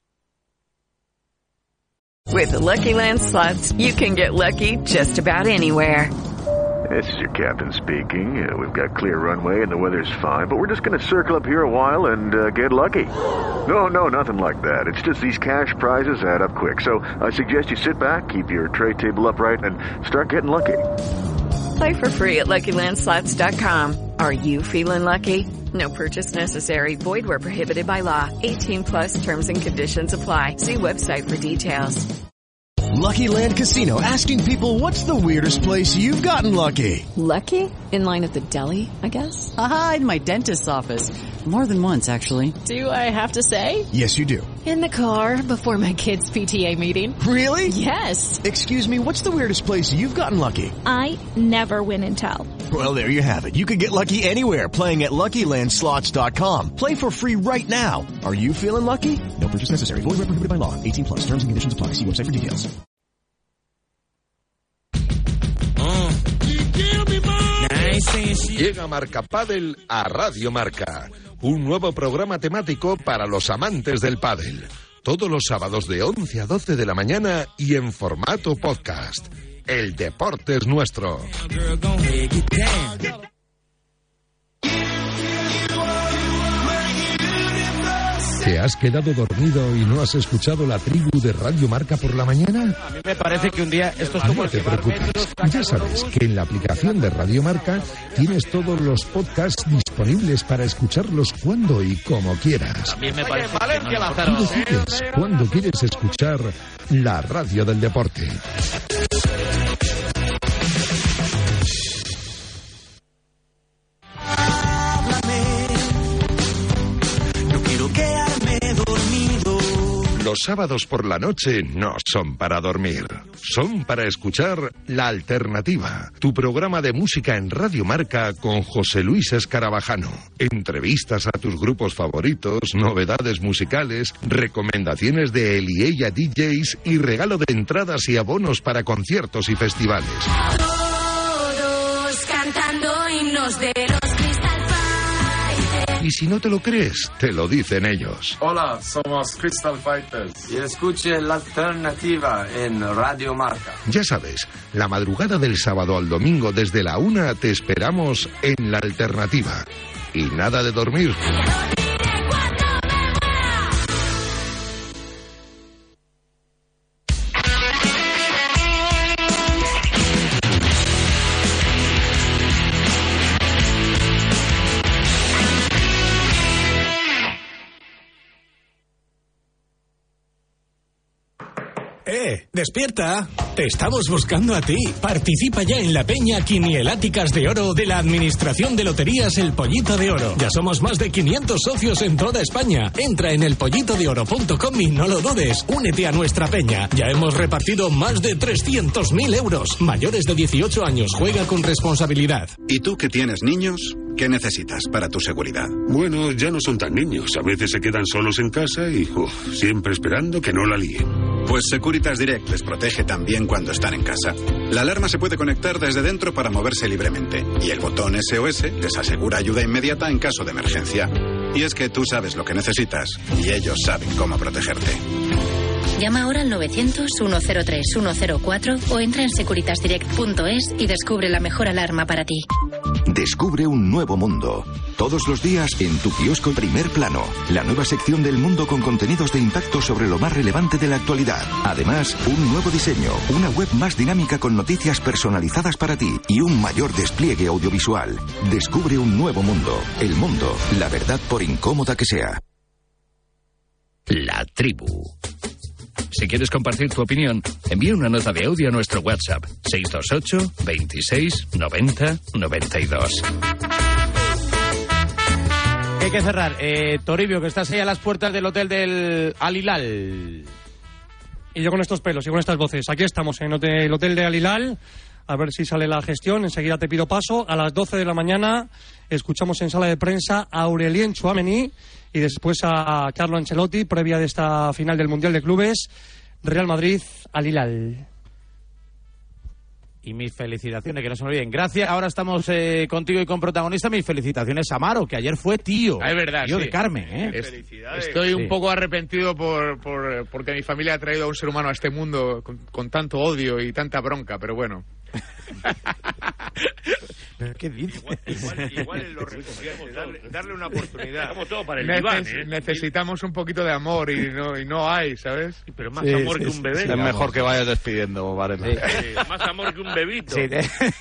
With the Lucky Land Slots, you can get lucky just about anywhere. This is your captain speaking. We've got clear runway and the weather's fine, but we're just going to circle up here a while and get lucky. No, nothing like that. It's just these cash prizes add up quick. So I suggest you sit back, keep your tray table upright, and start getting lucky. Play for free at LuckyLandSlots.com. Are you feeling lucky? No purchase necessary. Void where prohibited by law. 18+ terms and conditions apply. See website for details. Lucky Land Casino, asking people, what's the weirdest place you've gotten lucky? Lucky? In line at the deli, I guess? Aha, in my dentist's office. More than once, actually. Do I have to say? Yes, you do. In the car before my kids' PTA meeting. Really? Yes. Excuse me, what's the weirdest place you've gotten lucky? I never win and tell. Well, there you have it. You can get lucky anywhere, playing at LuckyLandSlots.com. Play for free right now. Are you feeling lucky? No purchase necessary. Void where prohibited by law. 18+. Terms and conditions apply. See website for details. Llega Marca Pádel a Radio Marca, un nuevo programa temático para los amantes del pádel. Todos los sábados de 11 a 12 de la mañana y en formato podcast. el deporte es nuestro. ¿Te has quedado dormido y no has escuchado la tribu de Radio Marca por la mañana? A mí me parece que un día esto es como... No te preocupes, ya sabes que en la aplicación de Radio Marca tienes todos los podcasts disponibles para escucharlos cuando y como quieras. También me parece Tú decides cuándo quieres escuchar la radio del deporte. Los sábados por la noche no son para dormir, son para escuchar La Alternativa, tu programa de música en Radio Marca con José Luis Escarabajano. Entrevistas a tus grupos favoritos, novedades musicales, recomendaciones de él y ella DJs y regalo de entradas y abonos para conciertos y festivales. Todos cantando himnos de los Crystal Fighters. Y si no te lo crees, te lo dicen ellos. Hola, somos Crystal Fighters. Y escuche La Alternativa en Radio Marca. Ya sabes, la madrugada del sábado al domingo desde la 1 te esperamos en La Alternativa. Y nada de dormir. ¡Despierta! Te estamos buscando a ti. Participa ya en la Peña Quinieláticas de Oro de la Administración de Loterías El Pollito de Oro. Ya somos más de 500 socios en toda España. Entra en elpollitodeoro.com y no lo dudes. Únete a nuestra peña. Ya hemos repartido más de 300.000 euros. Mayores de 18 años. Juega con responsabilidad. ¿Y tú que tienes niños? ¿Qué necesitas para tu seguridad? Bueno, ya no son tan niños. A veces se quedan solos en casa y siempre esperando que no la líen. Pues Securitas Direct les protege también cuando están en casa. La alarma se puede conectar desde dentro para moverse libremente. Y el botón SOS les asegura ayuda inmediata en caso de emergencia. Y es que tú sabes lo que necesitas y ellos saben cómo protegerte. Llama ahora al 900-103-104 o entra en securitasdirect.es y descubre la mejor alarma para ti. Descubre un nuevo mundo. Todos los días en tu kiosco Primer Plano. La nueva sección del mundo con contenidos de impacto sobre lo más relevante de la actualidad. Además, un nuevo diseño, una web más dinámica con noticias personalizadas para ti y un mayor despliegue audiovisual. Descubre un nuevo mundo. El mundo, la verdad por incómoda que sea. La tribu. Si quieres compartir tu opinión, envía una nota de audio a nuestro WhatsApp 628 26 90 92. Hay que cerrar. Toribio, que estás ahí a las puertas del hotel del Al Hilal. Y yo con estos pelos y con estas voces. Aquí estamos en el hotel de Al Hilal. A ver si sale la gestión. Enseguida te pido paso. A las 12 de la mañana escuchamos en sala de prensa a Aurelien Tchouaméni y después a Carlo Ancelotti, previa de esta final del Mundial de Clubes. Real Madrid, Al Hilal. Y mis felicitaciones, que no se me olviden. Gracias. Ahora estamos contigo y con protagonista. Mis felicitaciones a Amaro, que ayer fue tío. Es verdad, tío sí. de Carmen, Estoy un poco arrepentido porque mi familia ha traído a un ser humano a este mundo con tanto odio y tanta bronca, pero bueno. ¿Qué dices? Igual es lo reconocible, darle una oportunidad. Como todo para el diván, Necesitamos un poquito de amor y no hay, ¿sabes? Pero más amor que un bebé. Es mejor que vayas despidiendo, Varela. Más amor que un bebito. Sí.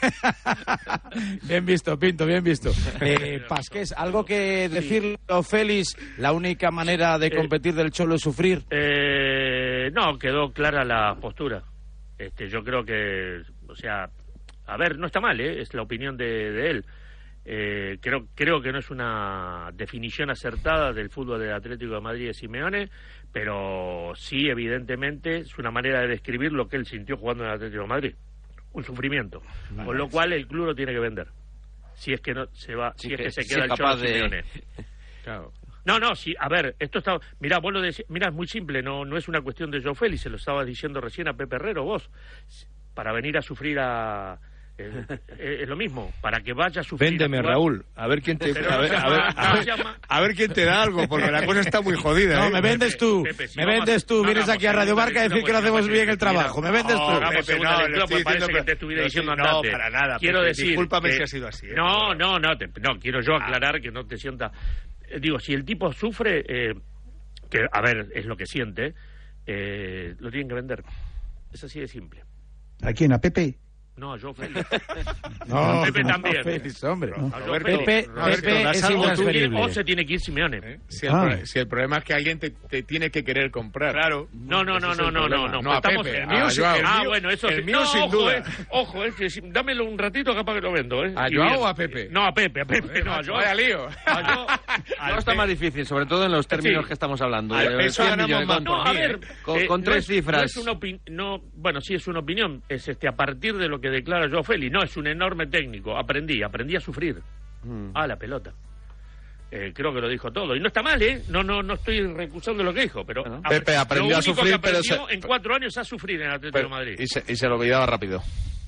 Bien visto, Pinto, bien visto. Pasqués, ¿algo que decirle a Félix? ¿La única manera de competir del Cholo es sufrir? No, quedó clara la postura. Yo creo que, o sea, a ver, no está mal, es la opinión de él. Creo que no es una definición acertada del fútbol del Atlético de Madrid de Simeone, pero sí, evidentemente, es una manera de describir lo que él sintió jugando en el Atlético de Madrid. Un sufrimiento. Vale. Con lo cual el club lo tiene que vender. Si es que no se va, si es que se queda el Cholo Simeone. Claro. No, sí, a ver, esto está... Mirá, vos lo decís, mirá, es muy simple, no es una cuestión de Joe Félix, se lo estabas diciendo recién a Pepe Herrero, vos, para venir a sufrir a Es lo mismo, para que vaya a sufrir. Véndeme, Raúl, a ver quién te a ver quién te da algo, porque la cosa está muy jodida. No, me vendes tú, Pepe, si me vendes tú, vienes aquí a Radio Marca a decir que no hacemos bien el trabajo, me vendes tú. Pepe, parece que te estuviera diciendo andate. No, para nada. Quiero decir, discúlpame si ha sido así. No, quiero yo aclarar que no te sienta. Digo, si el tipo sufre, que a ver, es lo que siente, lo tienen que vender. Es así de simple. ¿A quién? ¿A Pepe? No, yo Félix. No, Pepe también. Félix, hombre. Pepe es intransferible. O se tiene que ir Simeone. Si el problema es que alguien te tiene que querer comprar. Claro. No. No a Pepe. Bueno, eso el mío sin duda. Ojo, dámelo un ratito capaz que lo vendo. ¿A Joao o a Pepe? No, a Pepe. No, a Joao. Vaya lío. No está más difícil, sobre todo en los términos que estamos hablando. Eso ganamos más. No, a ver. Con tres cifras. Bueno, sí es una opinión. Es a partir de lo que declara Joao Félix. No, es un enorme técnico. Aprendí a sufrir. La pelota. Creo que lo dijo todo. Y no está mal, ¿eh? No estoy recusando lo que dijo, pero... Pepe aprendió a sufrir, pero... en 4 años a sufrir en el Atlético de Madrid. Y se lo olvidaba rápido.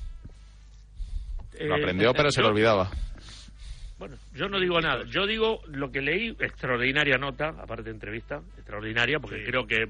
Lo aprendió, pero se lo olvidaba. Bueno, yo no digo nada. Yo digo lo que leí, extraordinaria nota, aparte de entrevista, extraordinaria, porque creo que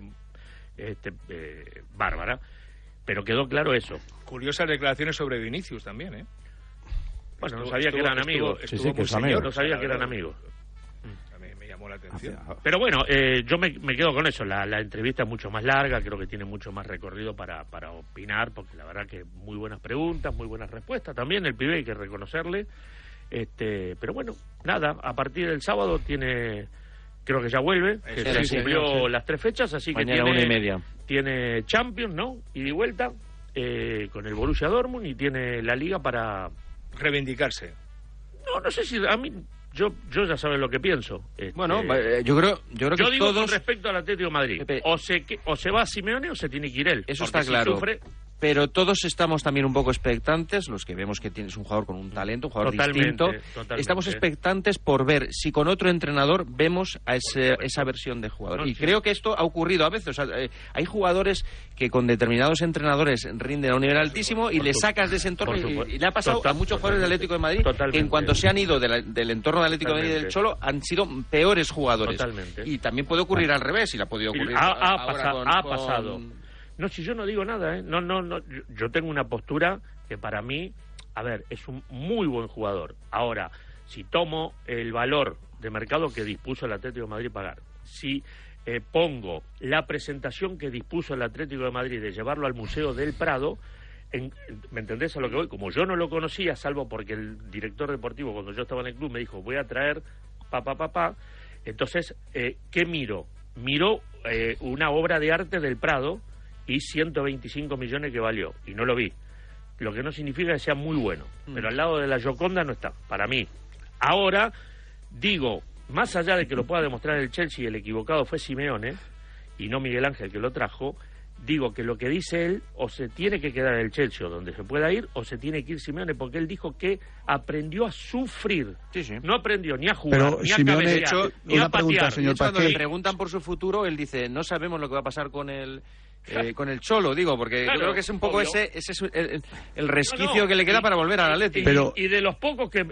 bárbara. Pero quedó claro eso. Curiosas declaraciones sobre Vinicius también, ¿eh? Bueno, no sabía que eran amigos. No sabía que eran amigos. Me llamó la atención. Pero bueno, yo me quedo con eso. La entrevista es mucho más larga, creo que tiene mucho más recorrido para opinar, porque la verdad que muy buenas preguntas, muy buenas respuestas también. El pibe hay que reconocerle. Pero bueno, nada, a partir del sábado creo que ya vuelve, que se cumplió las 3 fechas, así que mañana 1:30. Tiene Champions, ¿no? Ida y vuelta, con el Borussia Dortmund, y tiene la Liga para reivindicarse. No sé si a mí yo ya sabes lo que pienso. Bueno, yo creo que digo todos... con respecto al Atlético de Madrid, Pepe, o se va a Simeone o se tiene que ir él. Eso está claro. Pero todos estamos también un poco expectantes, los que vemos que tienes un jugador con un talento, un jugador distinto. Estamos expectantes por ver si con otro entrenador vemos a esa versión de jugador. Creo que esto ha ocurrido a veces. O sea, hay jugadores que con determinados entrenadores rinden a un nivel altísimo y le sacas de ese entorno. Y le ha pasado a muchos jugadores del Atlético de Madrid que en cuanto se han ido del entorno del Atlético de Madrid y del Cholo han sido peores jugadores. Y también puede ocurrir al revés, y le ha podido ocurrir ha pasado. No, si yo no digo nada, ¿eh? No. Yo tengo una postura que para mí, a ver, es un muy buen jugador. Ahora, si tomo el valor de mercado que dispuso el Atlético de Madrid pagar, si pongo la presentación que dispuso el Atlético de Madrid de llevarlo al Museo del Prado, ¿me entendés a lo que voy? Como yo no lo conocía, salvo porque el director deportivo, cuando yo estaba en el club, me dijo, voy a traer entonces, ¿qué miro? Miro una obra de arte del Prado, y 125 millones que valió, y no lo vi, lo que no significa que sea muy bueno, pero al lado de la Gioconda no está, para mí. Ahora, digo, más allá de que lo pueda demostrar el Chelsea, el equivocado fue Simeone, y no Miguel Ángel que lo trajo, digo que lo que dice él, o se tiene que quedar el Chelsea, o donde se pueda ir, o se tiene que ir Simeone, porque él dijo que aprendió a sufrir, no aprendió ni a jugar, ni a cabecear, ni a patear. Cuando le preguntan por su futuro, él dice, no sabemos lo que va a pasar con el Cholo, digo, porque yo creo que es un poco ese es el resquicio que le queda para volver al Atlético. Y de los pocos que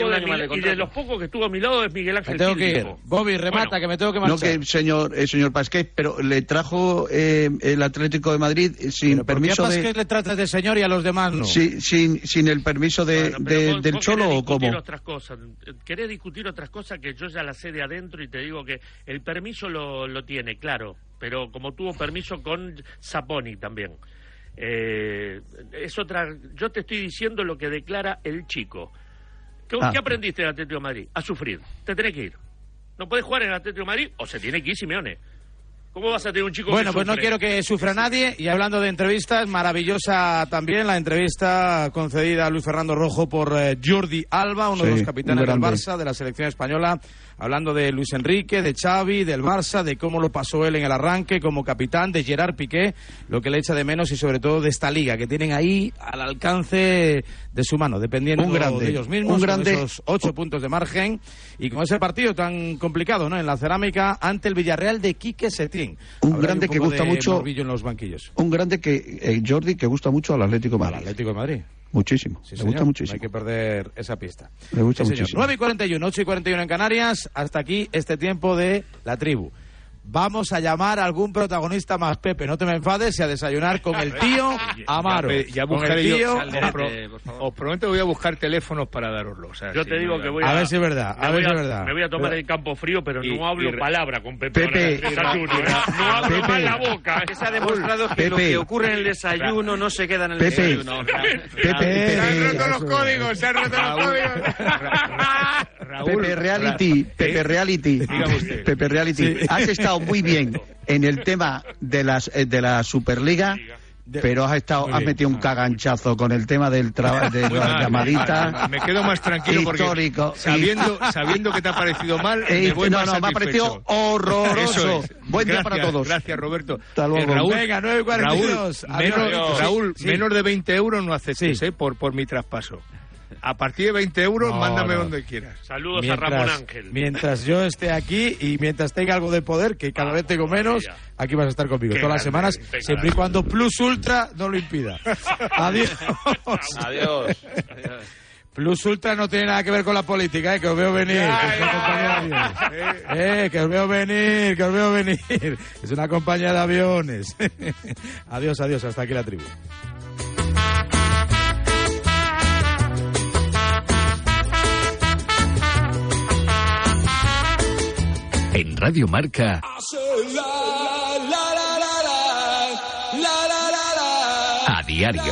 estuvo a mi lado es Miguel Ángel. Me tengo que ir. Bobby, remata, que me tengo que marchar. No, que señor Pasquet, pero le trajo el Atlético de Madrid sin permiso de... ¿Por qué a Pasquet le tratas de señor y a los demás no? Sin el permiso del Cholo, ¿o cómo? Querés discutir otras cosas que yo ya las sé de adentro, y te digo que el permiso lo tiene, claro, pero como tuvo permiso con Saponi también. Es otra. Yo te estoy diciendo lo que declara el chico. ¿Qué aprendiste del Atlético de Madrid? A sufrir. Te tenés que ir. No podés jugar en el Atlético de Madrid, o se tiene que ir Simeone. ¿Cómo vas a tener un chico Bueno, pues no quiero que sufra nadie. Y hablando de entrevistas, maravillosa también la entrevista concedida a Luis Fernando Rojo por Jordi Alba, uno de los capitanes del Barça, de la selección española, hablando de Luis Enrique, de Xavi, del Barça, de cómo lo pasó él en el arranque como capitán, de Gerard Piqué, lo que le echa de menos, y sobre todo de esta liga que tienen ahí al alcance de su mano, dependiendo de ellos mismos, con esos 8 puntos de margen, y con ese partido tan complicado, ¿no?, en la Cerámica ante el Villarreal de Quique Setién. Un grande que gusta mucho en los banquillos. Un grande que Jordi, que gusta mucho al Atlético de Madrid. Al Atlético de Madrid. Muchísimo. Sí, me gusta muchísimo. No hay que perder esa pista. Me gusta sí, muchísimo. 9:41, 8:41 en Canarias. Hasta aquí este tiempo de La Tribu. Vamos a llamar a algún protagonista más, Pepe, no te me enfades, y a desayunar con el tío Amaro. Ya buscaré yo. Os prometo que voy a buscar teléfonos para daroslo. O sea, yo te digo que voy a ver si es verdad. Me voy a tomar el campo frío, pero no hablo palabra con Pepe. No abro más la boca. Se ha demostrado que lo que ocurre en el desayuno no se queda en el desayuno. Se han roto los códigos, Raúl, Pepe Reality. Has estado muy bien en el tema de la Superliga, pero has metido un caganchazo con el tema de la llamadita. Me quedo más tranquilo histórico, porque sabiendo que te ha parecido mal, me voy más satisfecho. Me ha parecido horroroso. Buen día para todos. Gracias, Roberto. Hasta luego. Raúl, venga, 9:42. Raúl, menos de 20 euros no aceptes por mi traspaso. A partir de 20 euros, mándame donde quieras. Saludos a Ramón Ángel. Mientras yo esté aquí y mientras tenga algo de poder, que cada vez tengo menos, aquí vas a estar conmigo todas las semanas, siempre y cuando Plus Ultra no lo impida. Adiós. Adiós. Plus Ultra no tiene nada que ver con la política, que os veo venir. Que os veo venir. Es una compañía de aviones. Adiós, hasta aquí La Tribu. En Radio Marca, a diario.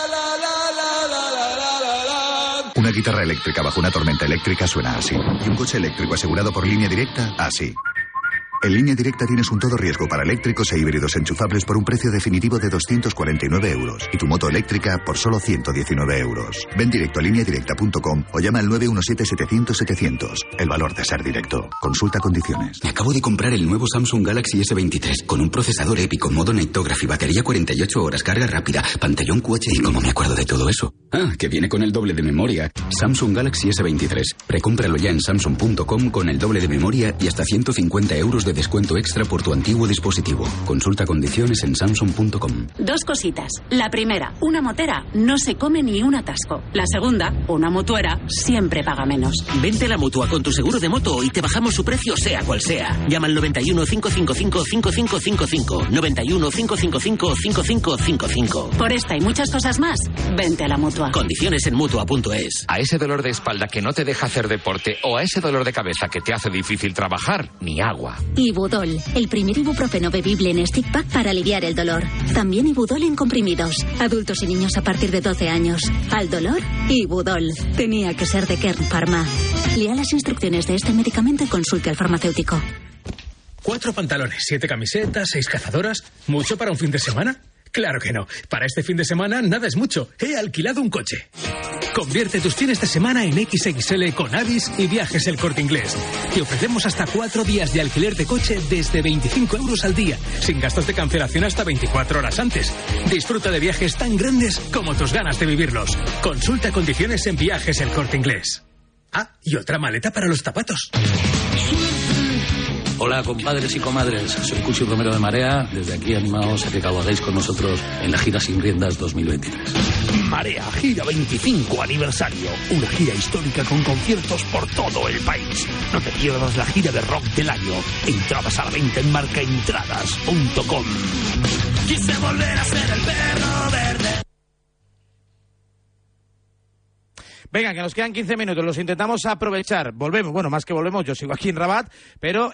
Una guitarra eléctrica bajo una tormenta eléctrica suena así. Y un coche eléctrico asegurado por Línea Directa, así. En Línea Directa tienes un todo riesgo para eléctricos e híbridos enchufables por un precio definitivo de 249 euros. Y tu moto eléctrica por solo 119 euros. Ven directo a lineadirecta.com o llama al 917-700-700. El valor de ser directo. Consulta condiciones. Me acabo de comprar el nuevo Samsung Galaxy S23 con un procesador épico, modo Nightography, batería 48 horas, carga rápida, pantallón QHD. ¿Y cómo me acuerdo de todo eso? Ah, que viene con el doble de memoria. Samsung Galaxy S23. Precómpralo ya en Samsung.com con el doble de memoria y hasta 150 euros de descuento extra por tu antiguo dispositivo. Consulta condiciones en Samsung.com. Dos cositas. La primera, una motera no se come ni un atasco. La segunda, una mutuera siempre paga menos. Vente a la Mutua con tu seguro de moto y te bajamos su precio sea cual sea. Llama al 91 555 5555. 91 555 5555. Por esta y muchas cosas más, vente a la Mutua. Condiciones en Mutua.es. A ese dolor de espalda que no te deja hacer deporte o a ese dolor de cabeza que te hace difícil trabajar, ni agua. Ibudol, el primer ibuprofeno bebible en stick pack para aliviar el dolor. También Ibudol en comprimidos. Adultos y niños a partir de 12 años. Al dolor, Ibudol. Tenía que ser de Kern Pharma. Lea las instrucciones de este medicamento y consulte al farmacéutico. 4 pantalones, 7 camisetas, 6 cazadoras. ¿Mucho para un fin de semana? Claro que no. Para este fin de semana nada es mucho. He alquilado un coche. Convierte tus fines de semana en XXL con Avis y Viajes El Corte Inglés. Te ofrecemos hasta 4 días de alquiler de coche desde 25 euros al día, sin gastos de cancelación hasta 24 horas antes. Disfruta de viajes tan grandes como tus ganas de vivirlos. Consulta condiciones en Viajes El Corte Inglés. Ah, y otra maleta para los zapatos. Hola, compadres y comadres. Soy Cuchi Romero de Marea. Desde aquí animaos a que cabalguéis con nosotros en la gira Sin Riendas 2023. Marea, gira 25 aniversario. Una gira histórica con conciertos por todo el país. No te pierdas la gira de rock del año. Entradas a la venta en marcaentradas.com. Quise volver a ser el perro verde. Venga, que nos quedan 15 minutos, los intentamos aprovechar. Volvemos, bueno, más que volvemos, yo sigo aquí en Rabat, pero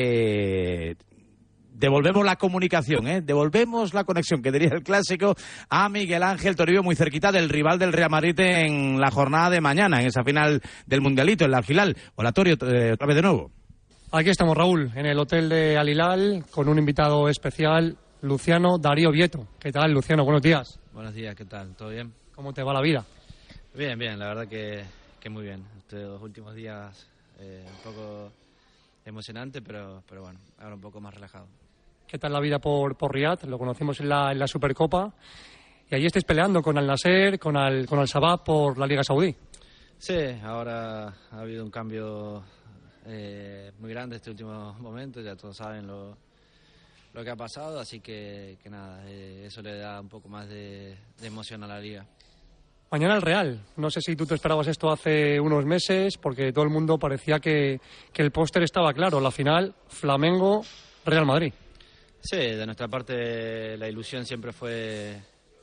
devolvemos la comunicación, devolvemos la conexión, que diría el clásico, a Miguel Ángel Toribio, muy cerquita del rival del Real Madrid en la jornada de mañana, en esa final del Mundialito, en la Al Hilal. Hola, Torio, otra vez de nuevo. Aquí estamos, Raúl, en el hotel de Al Hilal, con un invitado especial, Luciano Darío Vieto. ¿Qué tal, Luciano? Buenos días. Buenos días, ¿qué tal? ¿Todo bien? ¿Cómo te va la vida? Bien, la verdad que muy bien. Estos últimos días un poco emocionante, pero bueno, ahora un poco más relajado. ¿Qué tal la vida por Riyadh? Lo conocimos en la Supercopa y allí estáis peleando con Al Nasser, con Al Shabab por la Liga Saudí. Sí, ahora ha habido un cambio muy grande este último momento, ya todos saben lo que ha pasado, así que nada, eso le da un poco más de emoción a la liga. Mañana el Real. No sé si tú te esperabas esto hace unos meses, porque todo el mundo parecía que el póster estaba claro. La final, Flamengo-Real Madrid. Sí, de nuestra parte la ilusión siempre fue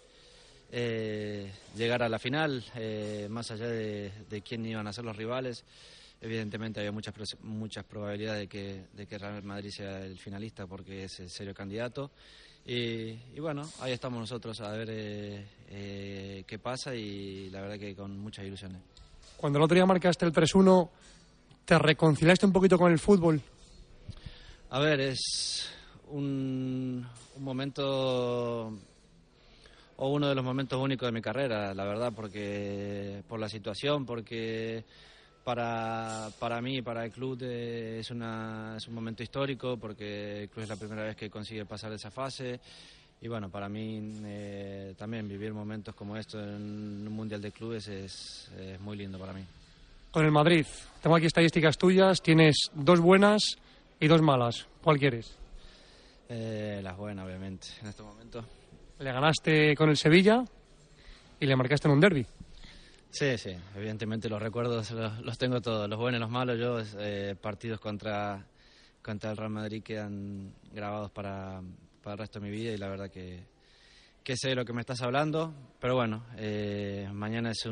llegar a la final, más allá de quién iban a ser los rivales. Evidentemente había muchas probabilidades de que Real Madrid sea el finalista, porque es el serio candidato. Y bueno, ahí estamos nosotros a ver qué pasa, y la verdad que con muchas ilusiones. Cuando el otro día marcaste el 3-1, ¿te reconciliaste un poquito con el fútbol? A ver, es un momento, o uno de los momentos únicos de mi carrera, la verdad, porque por la situación, porque para mí y para el club es un momento histórico, porque el club es la primera vez que consigue pasar esa fase, y bueno, para mí también vivir momentos como estos en un Mundial de Clubes es muy lindo para mí. Con el Madrid, tengo aquí estadísticas tuyas, tienes 2 buenas y 2 malas. ¿Cuál quieres? Las buenas, obviamente, en este momento. Le ganaste con el Sevilla y le marcaste en un derbi. Sí, evidentemente los recuerdos los tengo todos, los buenos y los malos. Yo, partidos contra el Real Madrid quedan grabados para el resto de mi vida, y la verdad que sé de lo que me estás hablando, pero bueno, mañana es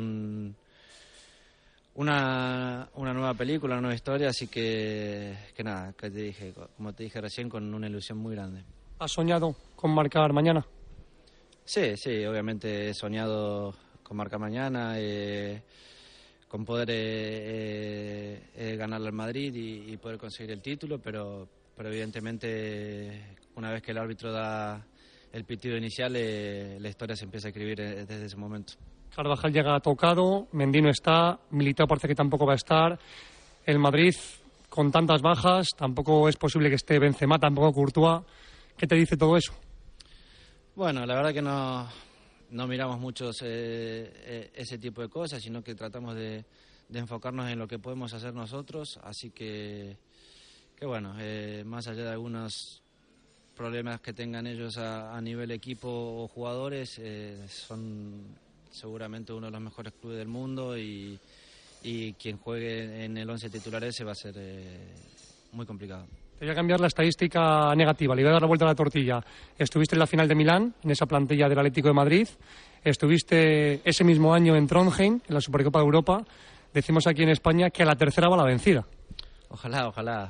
una nueva película, una nueva historia, así que nada, como te dije recién, con una ilusión muy grande. ¿Has soñado con marcar mañana? Sí, obviamente he soñado con marcar mañana, con poder ganarle al Madrid y poder conseguir el título, pero evidentemente una vez que el árbitro da el pitido inicial, la historia se empieza a escribir desde ese momento. Carvajal llega tocado, Mendy no está, Militao parece que tampoco va a estar. El Madrid, con tantas bajas, tampoco es posible que esté Benzema, tampoco Courtois. ¿Qué te dice todo eso? Bueno, la verdad que no miramos mucho ese tipo de cosas, sino que tratamos de enfocarnos en lo que podemos hacer nosotros, así que bueno, más allá de algunos problemas que tengan ellos a nivel equipo o jugadores, son seguramente uno de los mejores clubes del mundo, y quien juegue en el 11 titular ese va a ser muy complicado. Te voy a cambiar la estadística negativa, le voy a dar la vuelta a la tortilla. Estuviste en la final de Milán, en esa plantilla del Atlético de Madrid. Estuviste ese mismo año en Trondheim, en la Supercopa de Europa. Decimos aquí en España que a la tercera va la vencida. Ojalá.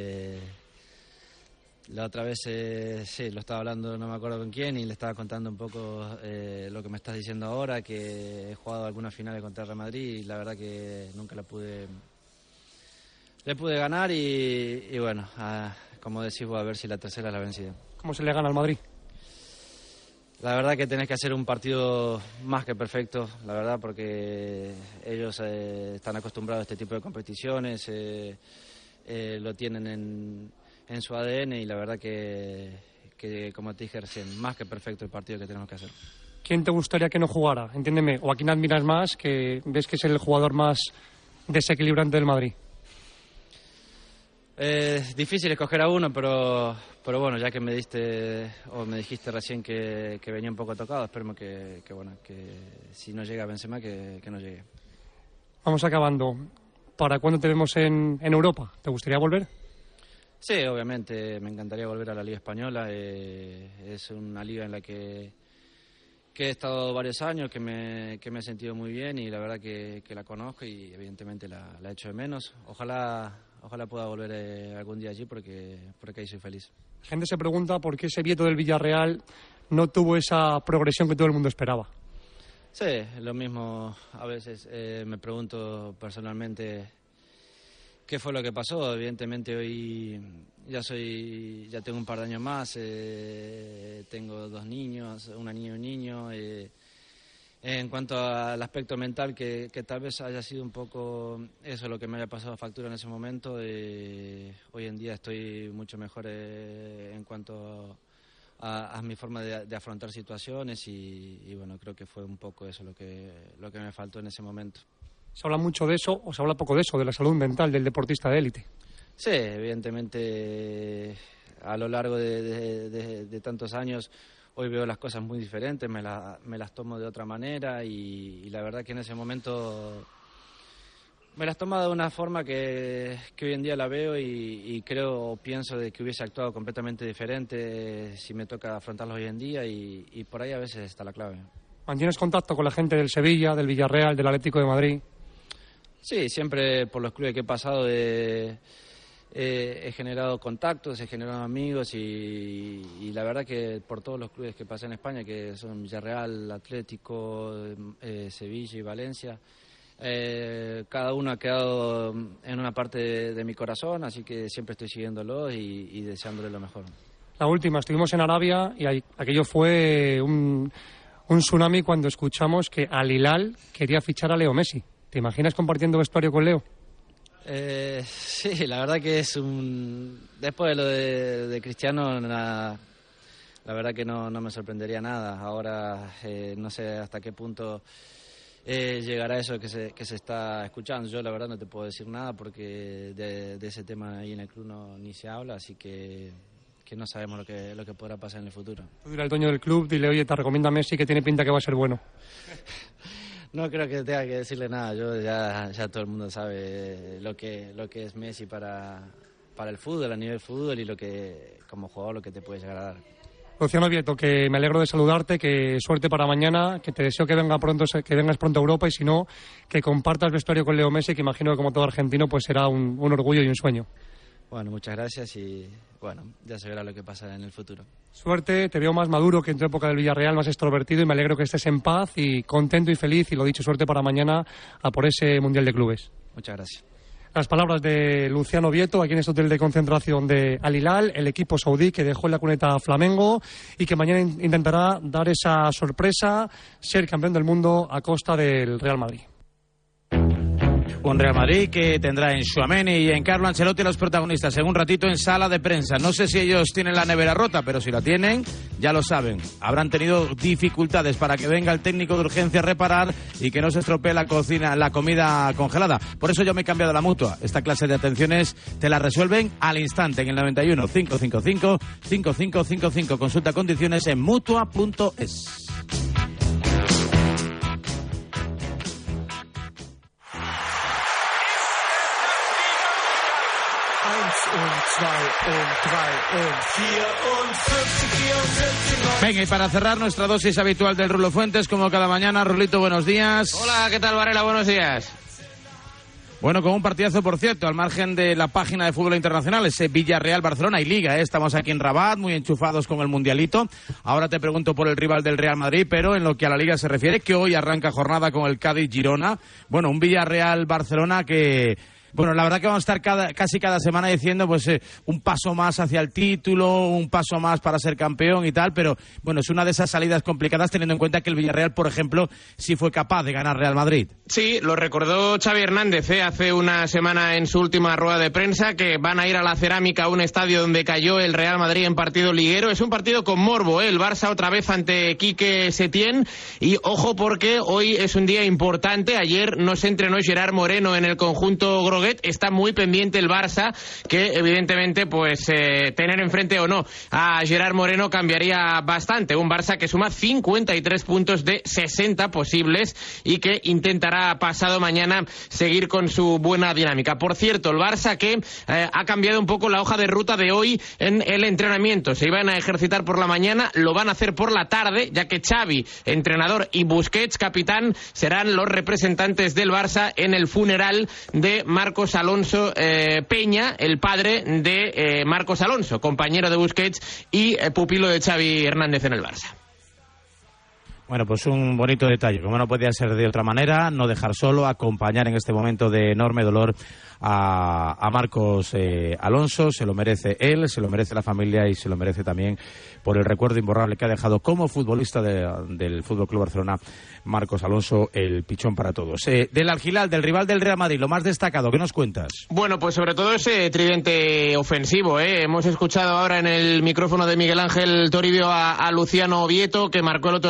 La otra vez, sí, lo estaba hablando, no me acuerdo con quién, y le estaba contando un poco lo que me estás diciendo ahora, que he jugado algunas finales contra el Real Madrid, y la verdad que nunca le pude ganar, y bueno, como decís vos, a ver si la tercera es la vencida. ¿Cómo se le gana al Madrid? La verdad que tenés que hacer un partido más que perfecto, la verdad, porque ellos están acostumbrados a este tipo de competiciones, lo tienen en su ADN, y la verdad que como te dije recién, más que perfecto el partido que tenemos que hacer. ¿Quién te gustaría que no jugara? Entiéndeme, ¿o a quién admiras más, que ves que es el jugador más desequilibrante del Madrid? Es difícil escoger a uno, pero bueno, ya que me dijiste recién que venía un poco tocado, esperemos que si no llega Benzema, que no llegue. Vamos acabando. ¿Para cuándo te vemos en Europa? ¿Te gustaría volver? Sí, obviamente, me encantaría volver a la Liga Española. Es una liga en la que he estado varios años, que me he sentido muy bien, y la verdad que la conozco, y evidentemente la echo de menos. Ojalá pueda volver algún día allí, porque ahí soy feliz. La gente se pregunta por qué ese Vieto del Villarreal no tuvo esa progresión que todo el mundo esperaba. Sí, lo mismo a veces me pregunto personalmente qué fue lo que pasó. Evidentemente hoy ya tengo un par de años más, tengo 2 niños, una niña y un niño. En cuanto al aspecto mental, que tal vez haya sido un poco eso lo que me haya pasado factura en ese momento, hoy en día estoy mucho mejor en cuanto a mi forma de afrontar situaciones, y bueno, creo que fue un poco eso lo que me faltó en ese momento. ¿Se habla mucho de eso o se habla poco de eso, de la salud mental del deportista de élite? Sí, evidentemente a lo largo de tantos años hoy veo las cosas muy diferentes, me las tomo de otra manera y la verdad que en ese momento me las tomo de una forma que hoy en día la veo y pienso de que hubiese actuado completamente diferente si me toca afrontarlo hoy en día y por ahí a veces está la clave. ¿Mantienes contacto con la gente del Sevilla, del Villarreal, del Atlético de Madrid? Sí, siempre por los clubes que he pasado he generado contactos, he generado amigos y la verdad que por todos los clubes que pasé en España, que son Villarreal, Atlético, Sevilla y Valencia, cada uno ha quedado en una parte de mi corazón, así que siempre estoy siguiéndolo y deseándole lo mejor. La última, estuvimos en Arabia y aquello fue un tsunami cuando escuchamos que Al Hilal quería fichar a Leo Messi. ¿Te imaginas compartiendo vestuario con Leo? Sí, la verdad que después de lo de Cristiano, la verdad que no me sorprendería nada. Ahora no sé hasta qué punto llegará eso que se está escuchando. Yo la verdad no te puedo decir nada porque de ese tema ahí en el club ni se habla, así que no sabemos lo que podrá pasar en el futuro. Tú dile al dueño del club, dile, oye, te recomienda Messi que tiene pinta que va a ser bueno. No creo que tenga que decirle nada. Yo ya todo el mundo sabe lo que es Messi para el fútbol, a nivel fútbol y como jugador lo que te puede llegar a dar. Luciano Vieto, que me alegro de saludarte, que suerte para mañana, que te deseo que vengas pronto a Europa y si no, que compartas vestuario con Leo Messi, que imagino que como todo argentino pues será un orgullo y un sueño. Bueno, muchas gracias y bueno, ya se verá lo que pasa en el futuro. Suerte, te veo más maduro que en tu época del Villarreal, más extrovertido y me alegro que estés en paz y contento y feliz y lo dicho, suerte para mañana a por ese Mundial de Clubes. Muchas gracias. Las palabras de Luciano Vieto aquí en este hotel de concentración de Al Hilal, el equipo saudí que dejó en la cuneta a Flamengo y que mañana intentará dar esa sorpresa, ser campeón del mundo a costa del Real Madrid. Un Real Madrid que tendrá en Tchouaméni y en Carlo Ancelotti los protagonistas en un ratito en sala de prensa. No sé si ellos tienen la nevera rota, pero si la tienen, ya lo saben. Habrán tenido dificultades para que venga el técnico de urgencia a reparar y que no se estropee la comida congelada. Por eso yo me he cambiado a la Mutua. Esta clase de atenciones te la resuelven al instante en el 91 555 5555. Consulta condiciones en mutua.es. Venga, y para cerrar nuestra dosis habitual del Rulo Fuentes, como cada mañana, Rulito, buenos días. Hola, ¿qué tal, Varela? Buenos días. Bueno, con un partidazo, por cierto, al margen de la página de fútbol internacional, ese Villarreal-Barcelona y Liga, Estamos aquí en Rabat, muy enchufados con el Mundialito. Ahora te pregunto por el rival del Real Madrid, pero en lo que a la Liga se refiere, que hoy arranca jornada con el Cádiz-Girona. Bueno, un Villarreal-Barcelona que... Bueno, la verdad que vamos a estar casi cada semana diciendo pues un paso más hacia el título, un paso más para ser campeón y tal, pero bueno, es una de esas salidas complicadas teniendo en cuenta que el Villarreal, por ejemplo, sí fue capaz de ganar Real Madrid. Sí, lo recordó Xavi Hernández hace una semana en su última rueda de prensa, que van a ir a la Cerámica, un estadio donde cayó el Real Madrid en partido liguero. Es un partido con morbo, el Barça otra vez ante Quique Setién, y ojo porque hoy es un día importante. Ayer no se entrenó Gerard Moreno en el conjunto grogués. Está muy pendiente el Barça, que evidentemente pues tener enfrente o no a Gerard Moreno cambiaría bastante. Un Barça que suma 53 puntos de 60 posibles y que intentará pasado mañana seguir con su buena dinámica. Por cierto, el Barça que ha cambiado un poco la hoja de ruta de hoy en el entrenamiento. Se iban a ejercitar por la mañana, lo van a hacer por la tarde, ya que Xavi, entrenador, y Busquets, capitán, serán los representantes del Barça en el funeral de Marcos Alonso Peña, el padre de Marcos Alonso, compañero de Busquets y pupilo de Xavi Hernández en el Barça. Bueno, pues un bonito detalle, como no podía ser de otra manera, no dejar solo, acompañar en este momento de enorme dolor a Marcos Alonso. Se lo merece él, se lo merece la familia y se lo merece también por el recuerdo imborrable que ha dejado como futbolista del Fútbol Club Barcelona, Marcos Alonso, el pichón para todos. Del Al Hilal, del rival del Real Madrid, lo más destacado, ¿qué nos cuentas? Bueno, pues sobre todo ese tridente ofensivo. Hemos escuchado ahora en el micrófono de Miguel Ángel Toribio a Luciano Vieto, que marcó el otro día ante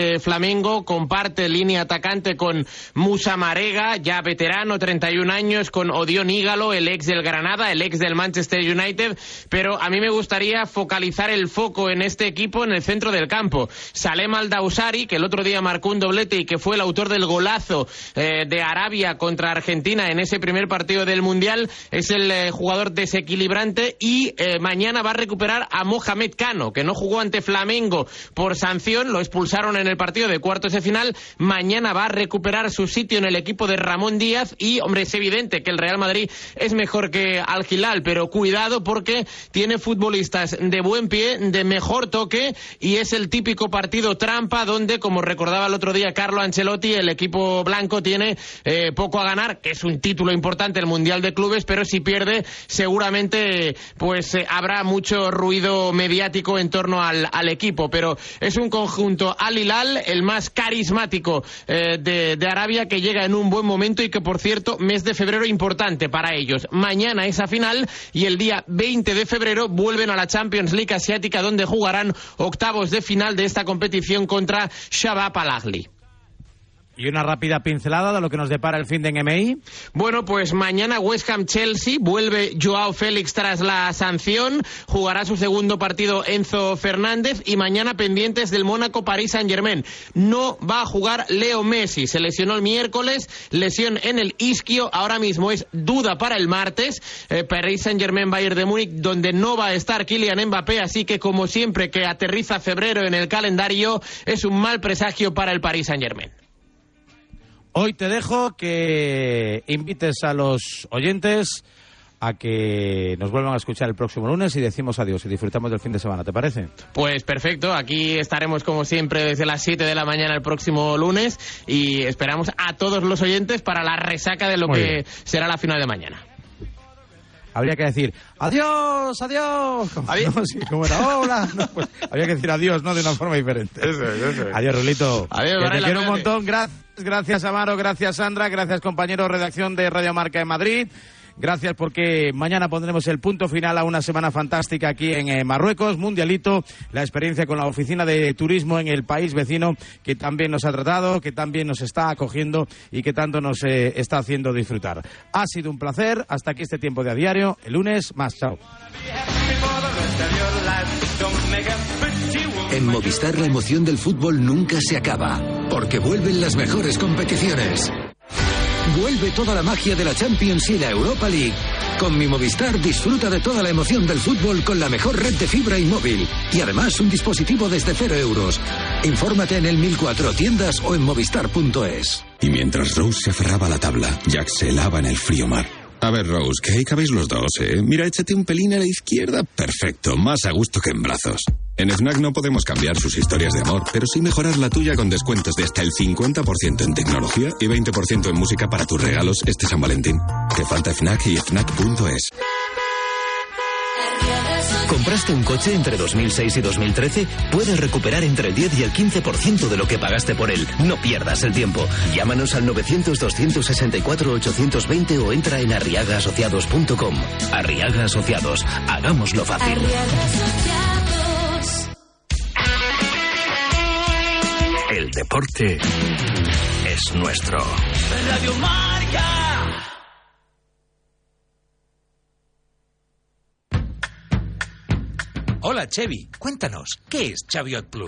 ante Flamengo, comparte línea atacante con Musa Marega, ya veterano, 31 años, con Odion Ígalo, el ex del Granada, el ex del Manchester United, pero a mí me gustaría focalizar el foco en este equipo en el centro del campo. Salem Al-Dawsari, que el otro día marcó un doblete y que fue el autor del golazo de Arabia contra Argentina en ese primer partido del Mundial, es el jugador desequilibrante, y mañana va a recuperar a Mohamed Kano, que no jugó ante Flamengo por sanción, lo expulsaron en el partido de cuartos de final. Mañana va a recuperar su sitio en el equipo de Ramón Díaz, y hombre, es evidente que el Real Madrid es mejor que Al Hilal, pero cuidado porque tiene futbolistas de buen pie, de mejor toque, y es el típico partido trampa donde, como recordaba el otro día Carlo Ancelotti, el equipo blanco tiene poco a ganar, que es un título importante, el Mundial de Clubes, pero si pierde seguramente pues habrá mucho ruido mediático en torno al equipo. Pero es un conjunto Al Hilal, el más carismático de Arabia, que llega en un buen momento y que, por cierto, mes de febrero importante para ellos. Mañana esa final y el día 20 de febrero vuelven a la Champions League asiática, donde jugarán octavos de final de esta competición contra Shabab Al-Ahli. Y una rápida pincelada de lo que nos depara el fin de NMI. Bueno, pues mañana West Ham-Chelsea, vuelve Joao Félix tras la sanción, jugará su segundo partido Enzo Fernández, y mañana pendientes del Mónaco-Paris Saint-Germain. No va a jugar Leo Messi, se lesionó el miércoles, lesión en el isquio, ahora mismo es duda para el martes. Paris Saint-Germain-Bayern de Múnich, donde no va a estar Kylian Mbappé, así que como siempre que aterriza febrero en el calendario, es un mal presagio para el Paris Saint-Germain. Hoy te dejo que invites a los oyentes a que nos vuelvan a escuchar el próximo lunes y decimos adiós y disfrutamos del fin de semana, ¿te parece? Pues perfecto, aquí estaremos como siempre desde las 7 de la mañana el próximo lunes y esperamos a todos los oyentes para la resaca de lo Muy que bien. será la final de mañana. Habría que decir adiós, adiós. ¿Adiós? No, sí, como era, hola. No, pues, habría que decir adiós, ¿no? De una forma diferente. Eso. Adiós, Rulito. Adiós, que te Varela, quiero un cuídate. montón. Gracias, Amaro. Gracias, Sandra. Gracias, compañero de redacción de Radio Marca en Madrid. Gracias porque mañana pondremos el punto final a una semana fantástica aquí en Marruecos, mundialito, la experiencia con la oficina de turismo en el país vecino que también nos ha tratado, que también nos está acogiendo y que tanto nos está haciendo disfrutar. Ha sido un placer, hasta aquí este tiempo de A Diario, el lunes más, chao. En Movistar la emoción del fútbol nunca se acaba, porque vuelven las mejores competiciones. Vuelve toda la magia de la Champions y la Europa League. Con mi Movistar disfruta de toda la emoción del fútbol con la mejor red de fibra y móvil. Y además un dispositivo desde 0 euros. Infórmate en el 1004 tiendas o en movistar.es. Y mientras Rose se aferraba a la tabla, Jack se helaba en el frío mar. A ver, Rose, que ahí cabéis los dos, ¿eh? Mira, échate un pelín a la izquierda. Perfecto, más a gusto que en brazos. En Fnac no podemos cambiar sus historias de amor, pero sí mejorar la tuya con descuentos de hasta el 50% en tecnología y 20% en música para tus regalos este San Valentín. Que falta Fnac y Fnac.es. ¿Compraste un coche entre 2006 y 2013? Puedes recuperar entre el 10 y el 15% de lo que pagaste por él. No pierdas el tiempo. Llámanos al 900-264-820 o entra en arriagaasociados.com. Arriaga Asociados. Hagámoslo fácil. El deporte es nuestro. Radio Marca. Hola, Chevy. Cuéntanos, ¿qué es Chaviot Plus?